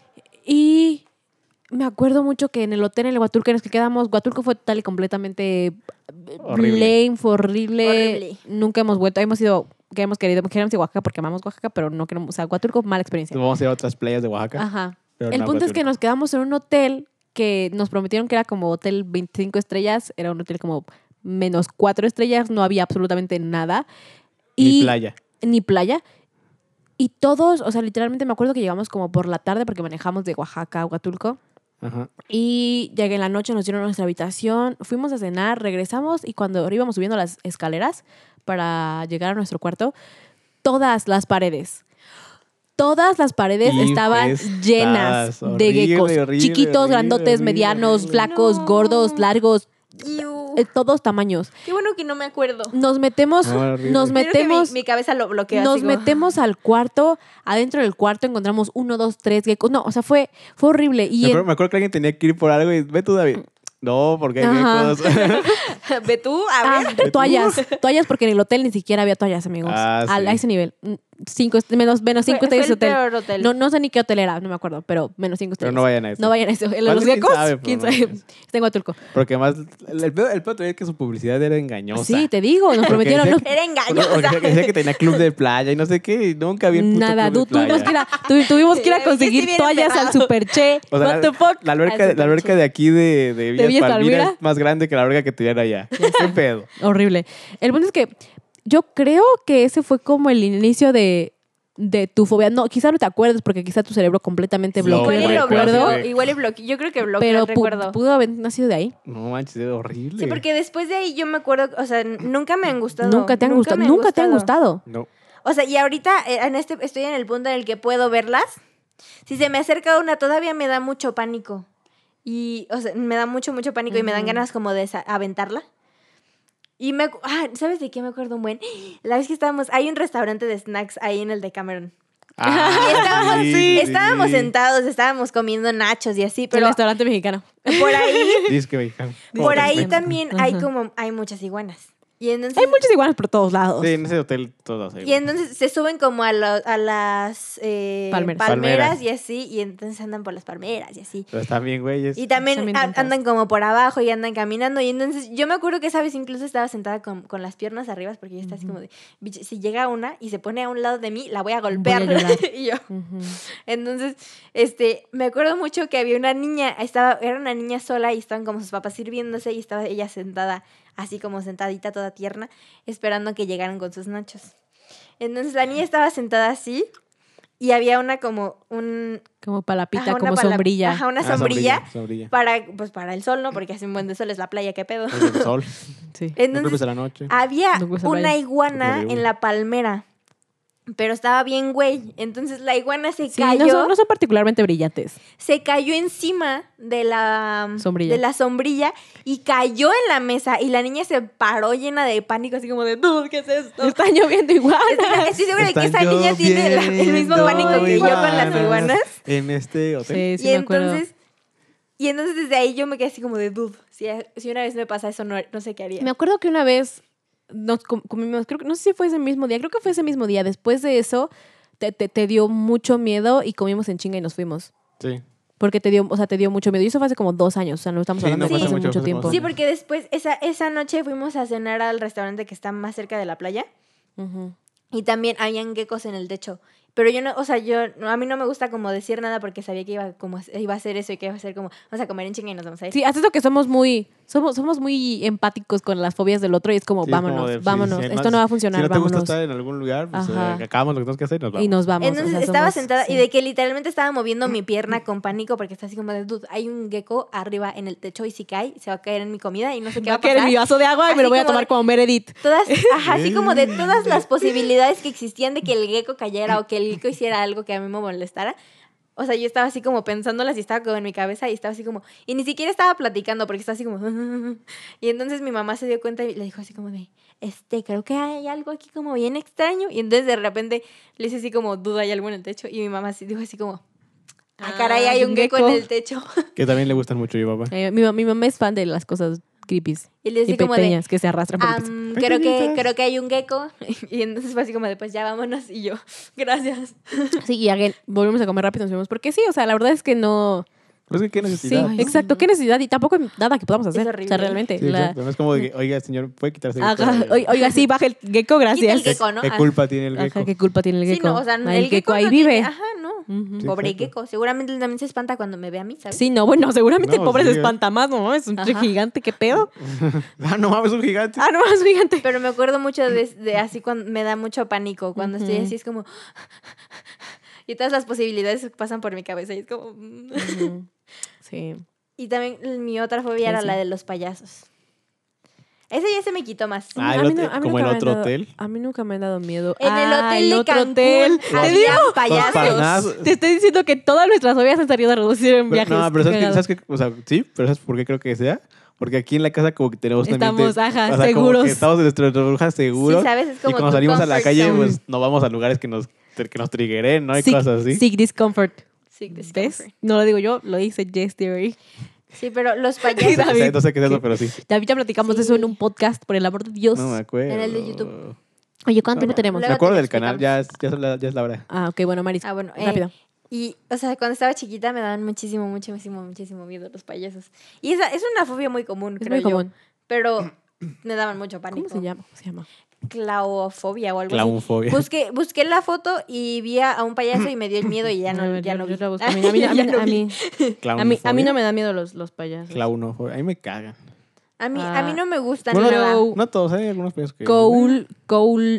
Y me acuerdo mucho que en el hotel en el Huatulco en el que quedamos, Huatulco fue total y completamente Horrible. lame, fue horrible. Horrible. Nunca hemos vuelto. Hemos ido, que hemos querido, queremos ir a Oaxaca porque amamos Oaxaca, pero no queremos, o sea, Huatulco, mala experiencia. Entonces vamos a ir a otras playas de Oaxaca. Ajá. pero El no a punto es que Huatulco. nos quedamos en un hotel que nos prometieron que era como hotel veinticinco estrellas, era un hotel como menos cuatro estrellas, no había absolutamente nada. Ni Y- playa. Ni playa. Y todos, o sea, literalmente me acuerdo que llegamos como por la tarde porque manejamos de Oaxaca a Huatulco. Ajá. Y llegué en la noche, nos dieron nuestra habitación, fuimos a cenar, regresamos y cuando íbamos subiendo las escaleras para llegar a nuestro cuarto, todas las paredes, todas las paredes estaban Infestadas. llenas de Horrible, geckos. horrible, Chiquitos, horrible, grandotes, horrible, medianos, horrible. flacos, No. gordos, largos, Iu. eh, todos tamaños. Qué bueno que no me acuerdo. Nos metemos, No, horrible. nos Creo que metemos... mi, mi cabeza lo bloquea. Nos así como- metemos al cuarto, adentro del cuarto encontramos uno, dos, tres geckos. No, o sea, fue, fue horrible. Y Me en- acuerdo, me acuerdo que alguien tenía que ir por algo y ve tú, David. No, porque hay Ajá. geckos. Ve tú, a Ah, ver. toallas. Toallas porque en el hotel ni siquiera había toallas, amigos. Ah, Al- sí. A ese nivel. Mm, Cinco, est- menos, menos cinco Fue- fue estrellas el hotel. peor hotel. No, no sé ni qué hotel era, no me acuerdo, pero menos cinco Pero estrellas. no vayan a eso. No vayan a eso. El de Tal los vez quién geckos, sabe, pero quién no sabe. vayan a eso. Está en Huatulco. Porque además, el, el, peor- el peor todavía es que su publicidad era engañosa. Sí, te digo, nos Porque prometieron. decía no- Era Porque engañosa. decía que- decía que tenía club de playa y no sé qué, y nunca había el puto Nada, club du- de tuvimos que ir playa. a, tu- tuvimos que ir a Yo estoy conseguir bien toallas al emperrado. Superche. O sea, What the fuck. La alberca, Al de, la alberca Superche. de aquí de, de Villas Villas Palmira Palmira? es más grande que la alberca que tenían allá. ¿Qué pedo? Horrible. El punto es que yo creo que ese fue como el inicio de, de tu fobia. No, quizá no te acuerdes porque quizá tu cerebro completamente Sí, bloqueó Igual el y lo recuerdo. bloqueó. Igual y bloqueó. Yo creo que bloqueó Pero el pu- recuerdo. pudo haber nacido de ahí. No manches, es horrible. Sí, porque después de ahí yo me acuerdo, o sea, n- nunca me han gustado. Nunca te han gustado. me Nunca te han gustado. No. O sea, y ahorita eh, en este estoy en el punto en el que puedo verlas. Si se me acerca una, todavía me da mucho pánico. Y, o sea, me da mucho, mucho pánico y me dan Ujú. ganas como de sa- aventarla. Y me... acu- Ah, ¿sabes de qué me acuerdo un buen? La vez que estábamos... Hay un restaurante de snacks ahí en el Decameron. Ah, Y estábamos, sí, estábamos sí. sentados, estábamos comiendo nachos y así, Pero pero restaurante mexicano. por ahí, Disque mexicano. por ahí Disque también hay Ajá. como... Hay muchas iguanas. Y entonces... Hay muchos iguanas por todos lados. Sí, en ese hotel todos hay. Y entonces se suben como a, lo- a las eh, Palmeras. palmeras. Palmeras. y así, y entonces andan por las palmeras y así. Pero están bien, güeyes. Y también Están bien a- tontas. andan como por abajo y andan caminando. Y entonces yo me acuerdo que esa vez incluso estaba sentada con, con las piernas arriba porque yo estaba así como de, "Bicho, si llega una y se pone a un lado de mí, la voy a golpear. llorar. y yo, Ujú. entonces, este, me acuerdo mucho que había una niña, estaba, era una niña sola y estaban como sus papás sirviéndose y estaba ella sentada, así como sentadita toda tierna, esperando a que llegaran con sus nachos. Entonces la niña estaba sentada así y había una como un... Como palapita, ajá, una como pala- sombrilla. Ajá, una Ah, sombrilla, sombrilla. para, pues, para el sol, ¿no? Porque hace un buen de sol, es la playa, ¿qué pedo? Es el sol. Sí. No Entonces, culpes a la noche. había No puse una playa. iguana Porque la en la palmera, pero estaba bien güey. Entonces la iguana se Sí, cayó, no son, no son particularmente brillantes. se cayó encima de la Sombrilla. de la sombrilla y cayó en la mesa y la niña se paró llena de pánico, así como de, dude, ¿qué es esto? Están lloviendo igual. Estoy, estoy segura de que Están esa niña tiene la- el mismo lloviendo pánico que yo con las iguanas. En este hotel. Sí, sí y me acuerdo. entonces y entonces desde ahí yo me quedé así como de, dude, si, si una vez me pasa eso, no, no sé qué haría. Me acuerdo que una vez nos com- comimos, creo que no sé si fue ese mismo día, creo que fue ese mismo día. Después de eso, te, te, te dio mucho miedo y comimos en chinga y nos fuimos. Sí. Porque te dio, o sea, te dio mucho miedo. Y eso fue hace como dos años, o sea, no estamos Sí, hablando no, de fue hace hace mucho, mucho, fue tiempo. hace Sí, porque después esa, esa noche fuimos a cenar al restaurante que está más cerca de la playa. Ujú. Y también habían geckos en el techo. Pero yo no, o sea, yo, no- a mí no me gusta como decir nada porque sabía que iba, como, iba a hacer eso y que iba a ser como, vamos a comer en chinga y nos vamos a ir. Sí, hasta eso que somos muy, somos, somos muy empáticos con las fobias del otro y es como, Sí, es vámonos, como de, sí, vámonos, sí, esto no va a funcionar, Si no te gusta vámonos. estar en algún lugar, pues Ajá. eh, acabamos lo que tenemos que hacer y nos vamos. Y nos vamos. Entonces o sea, estaba somos- sentada sí. y de que literalmente estaba moviendo mi pierna con pánico porque está así como de, dude, hay un gecko arriba en el techo y si cae, se va a caer en mi comida y no sé qué Va va a a caer en pasar. mi vaso de agua y me Así lo voy a como tomar de- como Meredith. Todas, ajá, así como de todas las posibilidades que existían de que el gecko cayera o que el gecko hiciera algo que a mí me molestara. O sea, yo estaba así como pensándolas y estaba como en mi cabeza y estaba así como... Y ni siquiera estaba platicando porque estaba así como... Y entonces mi mamá se dio cuenta y le dijo así como de... Este, creo que hay algo aquí como bien extraño. Y entonces de repente le hice así como... Duda, hay algo en el techo. Y mi mamá sí dijo así como... Ah, caray, Ah, hay un un gecko gecko. en el techo. Que también le gustan mucho a mi papá. Eh, mi, ma- mi mamá es fan de las cosas creepy Y le y decía como de... pequeñas que se arrastran por el piso. "Am, creo, que, Pequeñitas. creo que hay un gecko. Y entonces fue así como de, pues ya vámonos. Y yo, gracias. Sí, y again, volvimos a comer rápido y nos fuimos. Porque sí, o sea, la verdad es que no... Pero es que qué Sí, necesidad. Ay, exacto. ¿Qué necesidad? Y tampoco hay nada que podamos hacer. Es O sea, horrible. realmente. Sí, la- exacto. No es como de que, oiga, señor, puede quitarse el Ajá, gecko? oi- Oiga, sí, baja el gecko, Quita el gracias. gecko, ¿no? ¿Qué Ah. culpa tiene el gecko? Ajá, ¿qué culpa tiene el Sí, gecko? no, o sea, Ah, el, gecko ahí no vive. tiene- ajá, no. Ujú. Sí, Pobre exacto. gecko. Seguramente él también se espanta cuando me ve a mí, ¿sabes? Sí, no, bueno, seguramente No, el pobre sí, se eh. espanta más, ¿no? Es un Ajá. gigante, ¿qué pedo? Ah, no mames, un gigante. Ah, no, es un gigante. Pero me acuerdo mucho de, de así cuando me da mucho pánico. Cuando estoy Ujú. así es como... Y todas las posibilidades pasan por mi cabeza y es como... mm. Ujú. Sí. Y también mi otra fobia era Sí. la de los payasos. Ese ya se me quitó más. Ah, A el mí hotel- no- a mí como nunca el me han otro dado- hotel. A mí nunca me han dado miedo. En el Ah, hotel de otro Cancún hotel. Te había digo, payasos. panazos. te estoy diciendo que todas nuestras fobias han salido a reducir en Pero- viajes. no, pero Qué ¿sabes qué? cagado. ¿Sabes qué? O sea, sí, pero ¿sabes por qué creo que sea? Porque aquí en la casa como que tenemos un ambiente- Estamos, ajá, o sea, como seguros. que estamos en nuestras burbujas seguros. Sí, ¿sabes? Es Y como cuando tu salimos a la comfort calle, zone. pues no vamos a lugares que nos, que nos triggeren, ¿no? Hay Sick- cosas así. Sick discomfort. Sí, ¿Ves? discomfort. No lo digo yo, lo dice Jess Theory. Sí, pero los No payasos... David. sé, no sé qué es eso, pero sí. David, ya platicamos de eso Sí. en un podcast, por el amor de Dios. No me acuerdo. En el de YouTube. Oye, ¿cuánto No, tiempo tenemos? Me Luego acuerdo te lo del canal, ya es, ya, es la, ya es la hora. Ah, ok, bueno, Maris. Ah, bueno. eh, Rápido. Y, o sea, cuando estaba chiquita me daban muchísimo, muchísimo, muchísimo miedo los payasos. Y esa es una fobia muy común, Es creo muy yo. común. Pero me daban mucho pánico. ¿Cómo se llama? ¿Cómo se llama? Claufobia o algo Claufobia. así. Busqué, busqué la foto y vi a un payaso y me dio el miedo y ya A no, ver, ya yo- no yo vi. la busco. A mí, a mí, a mí, Ya no a vi. mí, a mí, a mí no me dan miedo los, los payasos. Claunofobia. A mí me cagan. A mí, a mí no me gustan Bueno, nada. no. No todos, hay algunos payasos que... Coul, coul,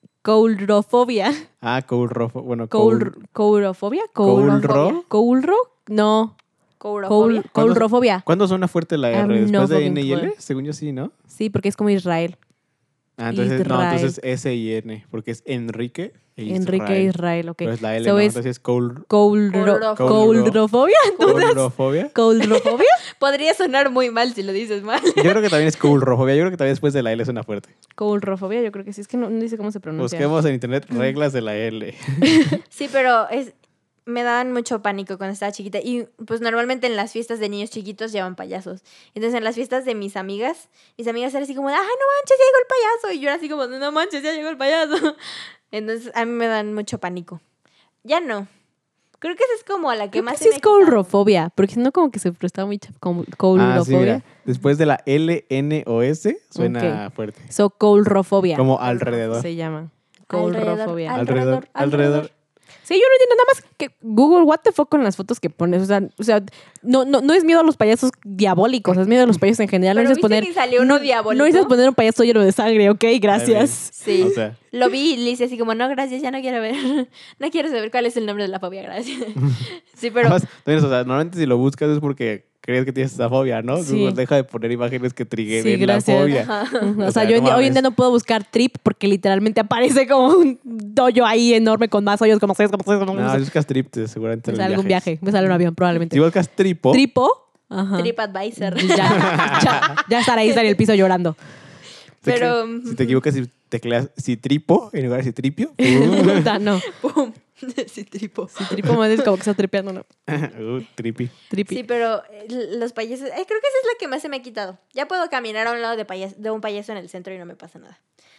coulrofobia. Ah, coulrofo. Bueno, Coul, coul... coulrofobia. ¿Coulro? Coulro. No. Courofobia. Coul, coulrofobia. ¿Cuándo suena fuerte la I R? have ¿Después no de fucking N y L? clue. Según yo sí, ¿no? Sí, porque es como Israel. Ah, entonces, no, Israel. entonces S y N, porque es Enrique e Israel. Enrique Israel, ok. Pero es la L, So ¿no? es Entonces es coul... coulro, Coulro- coulrofobia. coulrofobia. ¿Coulrofobia? Podría sonar muy mal si lo dices mal. Yo creo que también es coulrofobia. Yo creo que también después de la L suena fuerte. Coulrofobia, yo creo que sí. Es que no, no dice cómo se pronuncia. Busquemos en internet reglas de la L. Sí, pero es, me daban mucho pánico cuando estaba chiquita. Y pues normalmente en las fiestas de niños chiquitos llevan payasos. Entonces en las fiestas de mis amigas, mis amigas eran así como, ¡ay, no manches, ya llegó el payaso! Y yo era así como, no manches, ya llegó el payaso. Entonces a mí me dan mucho pánico. Ya no. Creo que esa es como a la que Creo más que se sí me es ha quitado. coulrofobia, porque si no como que se prestaba muy chap- como Ah, sí, coulrofobia. mira. Después de la L, N o S suena fuerte. So, coulrofobia. Como alrededor. Se llama. Alrededor, Coulrofobia. al- Alrededor. alrededor, Alrededor. Sí, yo no entiendo nada más que Google, what the fuck con las fotos que pones. O sea, o sea no, no, no es miedo a los payasos diabólicos, es miedo a los payasos en general. Pero no necesitas ¿viste poner. que salió uno no, diabólico? no necesitas poner un payaso lleno de sangre, ok, gracias. Sí. O sea, Lo vi y le hice así como, no, gracias, ya no quiero ver. No quiero saber cuál es el nombre de la fobia, gracias. Sí, pero... además, entonces, o sea, normalmente si lo buscas es porque crees que tienes esa fobia, ¿no? Sí. Google deja de poner imágenes que triggeren Sí, la gracias. fobia. Ajá. O, O sea, sea, yo no en- hoy en mames. día no puedo buscar trip porque literalmente aparece como un hoyo ahí enorme con más hoyos, como seis, como seis, como No, seis. si buscas trip, te- seguramente Me salen sale algún viajes. viaje, me sale un avión probablemente. Si buscas tripo, Tripo. Ajá. TripAdvisor. Ya, ya, ya estará ahí en el piso llorando. te- Pero... si te equivocas y tecleas citripo en lugar de citripio, Puta, no. ¡Pum! Sí, tripo. Si tripo me es como que está tripeando, no. uh, trippy. Trippy. Sí, pero eh, los payasos... eh, creo que esa es la que más se me ha quitado. Ya puedo caminar a un lado de, payas- de un payaso en el centro y no me pasa nada.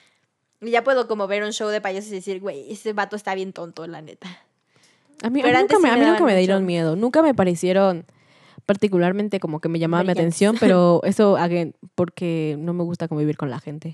Y ya puedo como ver un show de payasos y decir, güey, ese vato está bien tonto, la neta. A mí, a Pero mí antes nunca, me, sí a me mí nunca daban me dieron mucho. miedo. Nunca me parecieron particularmente como que me llamaban mi Brillantes. atención, pero eso, again, porque no me gusta convivir con la gente.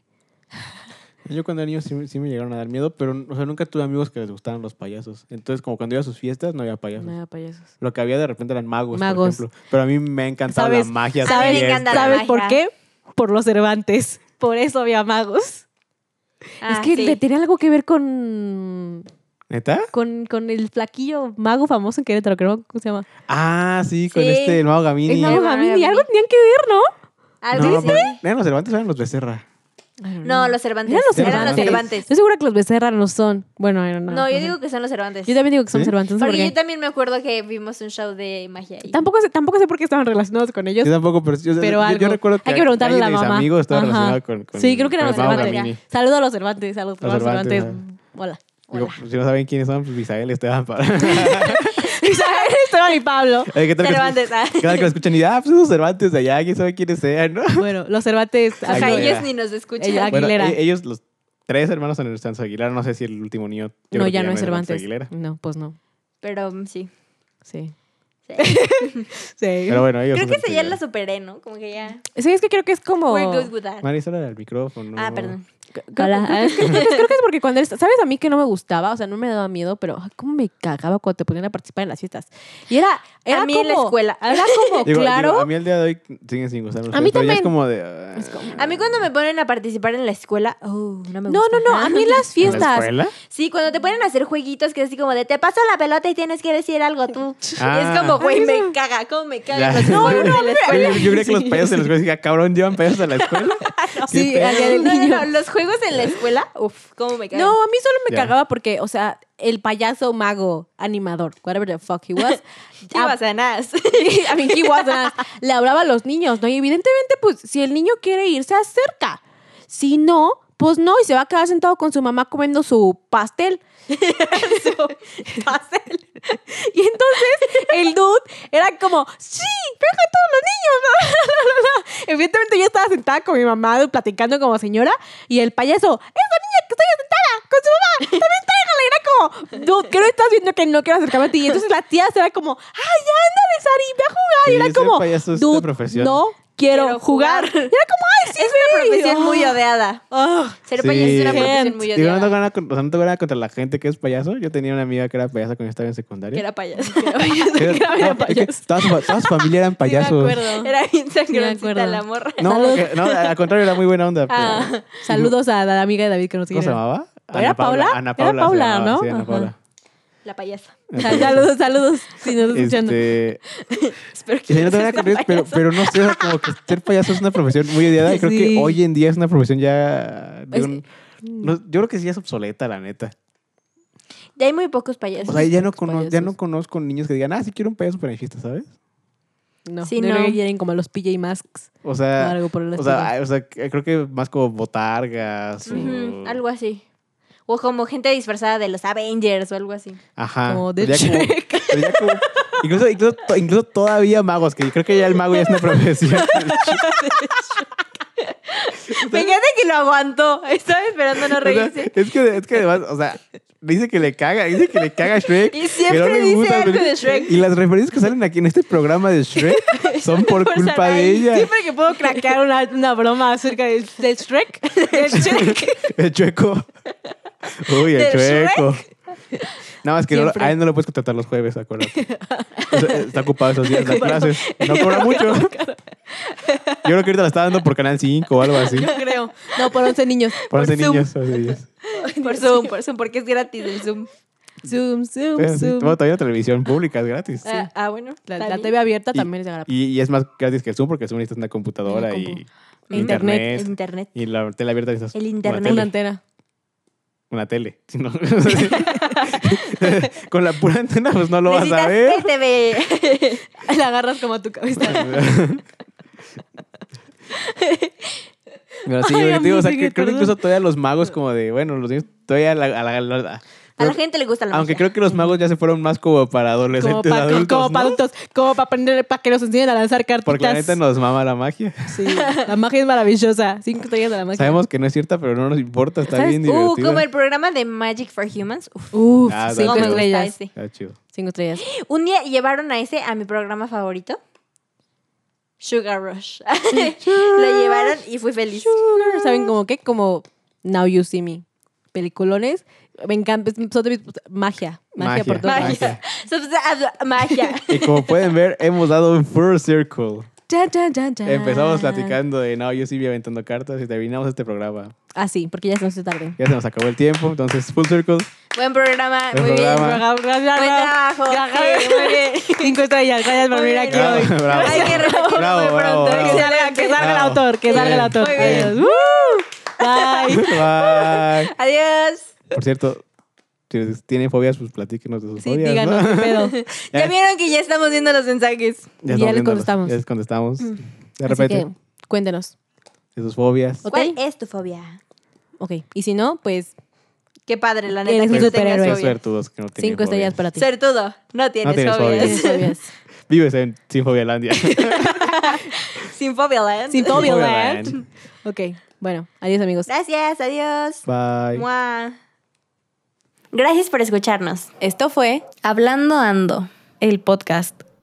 Yo cuando era niño sí, sí me llegaron a dar miedo, pero o sea, nunca tuve amigos que les gustaran los payasos. Entonces, como cuando iba a sus fiestas, no había payasos. No era payasos. Lo que había de repente eran magos, Magos. por ejemplo. Pero a mí me ha encantado ¿Sabes? la magia. A mí me fiesta. encanta la ¿Sabes magia. por qué? Por los Cervantes. Por eso había magos. Ah, es que sí. le tenía algo que ver con, ¿Neta? con, con el flaquillo mago famoso en Querétaro, creo. ¿Cómo se llama? Ah, sí, con Sí. este, el mago Gamini. El mago Mago Gamini. Gamini. Algo tenían que ver, ¿no? ¿Algo No, así? pero eran los Cervantes o eran los Becerra. No, los Cervantes. Eran los Eran Cervantes. los Cervantes. Estoy segura que los Becerra no son. Bueno, no, No, no yo sé. digo que son los Cervantes. Yo también digo que son ¿Sí? Cervantes. No sé por Porque qué. yo también me acuerdo que vimos un show de magia ahí. Tampoco sé, tampoco sé por qué estaban relacionados con ellos. Yo tampoco, pero, yo, pero yo- algo. yo recuerdo que Hay que preguntarle a la alguien de mis mamá. amigos estaba Ajá. relacionado con, con Sí, creo que eran con los el mago Cervantes. Gamini. Saludos a los Cervantes, a los, Los Cervantes. Cervantes, Hola. Digo, Hola. pues, si no saben quiénes son, pues Misael, Esteban. Para... Esteban y Pablo. Oye, ¿qué tal que- Cervantes. ah. Cada que lo escuchan y ah, pues esos Cervantes de allá, quién sabe quiénes sean, ¿no? Bueno, los Cervantes. Ajá, Aguilera. ellos ni nos escuchan. Ella- Bueno, Aguilera. e- ellos, los tres hermanos son Santos Aguilar, no sé si el último niño. yo No, creo que ya no es Cervantes. Aguilera. No, pues no. Pero mm, sí. Sí. Sí. Sí. Pero bueno, ellos Creo son que ese ya Santos la superé, ¿no? Como que ya. Sí, es que creo que es como. We're good with that. Aguilar. Mari, solo al micrófono. Ah, perdón. Hola. Creo, creo- creo que es porque cuando eres, ¿sabes a mí que no me gustaba? O sea, no me daba miedo, pero ay, cómo me cagaba cuando te ponían a participar en las fiestas. Y era, era A mí como, en la escuela. Era como Digo, claro. digo, a mí el día de hoy siguen sin gustarme. A mí pero ya también. es como de. ah, Es como- A mí cuando me ponen a participar en la escuela, oh, no me no, gusta. no, no. A mí en las ¿en la fiestas. escuela? Sí, cuando te ponen a hacer jueguitos que es así como de te paso la pelota y tienes que decir algo tú. Ah. Y es como, güey, Ay, me eso- caga, cómo me Ya. cagan los No, juegos no, de la Yo, escuela. yo creía que los Sí. payasos en la escuela decía, cabrón, llevan payasos a la escuela. Sí, ¿Qué al día pedo? del No, no, niño. no, los juegos en la escuela, uff, cómo me cagan. No, a mí solo me Ya. cagaba porque, o sea, el payaso mago animador, whatever the fuck he was, ¿Qué vas a nas? I mean, he was an ass. Le hablaba a los niños, ¿no? Y evidentemente, pues, si el niño quiere ir, se acerca. Si no, pues no, y se va a quedar sentado con su mamá comiendo su pastel. su pastel. Y entonces el dude era como, sí, deja a todos los niños. Evidentemente yo estaba sentada con mi mamá platicando como señora y el payaso, esa niña que está sentada con su mamá, también tráigala. Y era como, dude, ¿qué no estás viendo que no quiero acercarme a ti? Y entonces la tía era como, ay, ya, ándale, Sari, ve a jugar. Sí, y era ser como, payaso es dude, una profesión. no quiero, Quiero jugar. jugar. Y era como, ay, sí, Es una güey. profesión muy Ah. odiada. Ah. Ser Sí. payaso es una Gente. profesión muy Digo, no odiada. tengo nada, con- o sea, no tengo nada contra la gente que es payaso. Yo tenía una amiga que era payasa cuando yo estaba en secundaria. Que era payaso. Era- era no, es que toda, su, toda su familia eran payasos. Sí, me acuerdo. Era bien Sí, me sangroncita acuerdo. la morra. no, Salud. que- no, al contrario, era muy buena onda. pero- Ah, saludos a la amiga de David que nos ¿Cómo sigue. se llamaba? ¿Era Paula? Ana Era Paula. se Paula, llamaba, ¿no? Sí, Ana Ajá. Paula. La payasa. Sal- Saludos, saludos. Si nos estás escuchando. Este, Espero y que si no no tengo seas nada con la ellos, pero, payasa. pero no sé, o sea, como que ser payaso es una profesión muy odiada y creo Sí. que hoy en día es una profesión ya de Es- un- no, yo creo que sí es obsoleta, la neta. Ya hay muy pocos payasos. O sea, ya no, cono- payasos. ya no conozco niños que digan, ah, sí quiero un payaso perenchista, ¿sabes? No, Sí, no, no. creo que quieren como los P J Masks O o sea, algo por el o estilo. sea, ay, o sea, que- creo que más como botargas. Ujú, o- algo así. O como gente disfrazada de los Avengers o algo así. Ajá. Como de Ya Shrek. ya como- incluso, incluso, to- incluso todavía magos, que yo creo que ya el mago ya es una profesión. Fíjate que lo aguantó. Estaba esperando no O sea, reírse. es que, es que además, o sea, dice que le caga, dice que le caga a Shrek. Y siempre que no le dice gusta, algo pero- de Shrek. Y las referencias que salen aquí en este programa de Shrek son por Por culpa Sarai. de ella. Siempre que puedo craquear una, una broma acerca del, del Shrek, del Shrek. El chueco. Uy, el ¿Del chueco. No, es que no, lo- Siempre. a él no lo puedes contratar los jueves, acuérdate. O sea, está ocupado esos días de clases. No cobra mucho. Yo creo que ahorita la está dando por Canal cinco o algo así. Yo creo. No, por once niños. Por once Zoom. niños. once niños. Por Zoom, por Zoom, porque es gratis el Zoom. Zoom, zoom, Pero sí, zoom. bueno, todavía la televisión pública es gratis. Ah, ah, bueno. La, está la bien. T V abierta Y- también es de gratuita. Y, y es más gratis que el Zoom porque el Zoom necesitas una computadora Una y compu. internet. El internet. Y la tele abierta necesitas El una internet. tele. Una antena. Una tele. Si no- Con la pura antena pues no lo vas a ver. Necesitas T V. La agarras como a tu cabeza. Pero sí, Ay, yo a digo, mí o sea, sí que que creo que perdón. incluso todavía los magos como de, bueno, los niños todavía a la, a la- a la- A la gente le gusta la aunque magia. creo que los magos ya se fueron más como para adolescentes Como para adultos, como ¿no? pa adultos, como para aprender, para que nos enseñen a lanzar cartitas. Porque la neta nos mama la magia. Sí, la magia es maravillosa. Cinco estrellas de la magia. Sabemos que no es cierta, pero no nos importa, está ¿Sabes? bien divertida. Uh, como el programa de Magic for Humans. Uf, Uf, Ah, cinco está cómo me chido. gusta estrellas. ese. Está chido. Cinco estrellas. Un día llevaron a ese a mi programa favorito. Sugar Rush. Lo llevaron y fui feliz. Sugar. ¿Saben como qué? Como Now You See Me. Peliculones. Me encanta. Son de mis- magia. Magia, Magia. por todas Magia. partes. Magia. Y como pueden ver, hemos dado un full circle. Chan, chan, chan, chan. Empezamos platicando de Now Yo sí vi aventando cartas y terminamos este programa. Ah, sí, porque ya se nos hace tarde. Ya se nos acabó el tiempo, entonces full circle. Buen programa. Buen Muy programa. bien. Buen trabajo. Sí, muy bien. Cinco estrellas. Gracias por Muy venir bien. aquí Bravo, hoy. bravo. Hay que repetirlo Bravo, muy bravo, pronto. bravo. Que salga, que salga el Bravo. autor, que salga el Bien. autor. Muy bien. Adiós. ¡Uh! Bye. Bye. Adiós. Por cierto, si tienen fobias, pues platíquenos de sus Sí, fobias. díganos ¿no? qué pedo. Ya vieron que ya estamos viendo los mensajes. Ya estamos les viéndolos, contestamos. Ya les contestamos. De Así repente, que, cuéntenos. de sus fobias. ¿Ok? ¿Cuál es tu fobia? Ok. Y si no, pues Qué padre, la neta. Eres que un no superhéroe. tengas Qué fobia. suertudos que no tienen cinco estrellas fobias. para ti. Suertudo. No tienes, tienes fobias. Tienes fobias. Vives en Sin Fobialandia. Sin fobia land. Sin fobia Fobialand. land. Ok. Bueno, adiós amigos. Gracias, adiós. Bye. Mua. Gracias por escucharnos. Esto fue Hablando Ando, el podcast.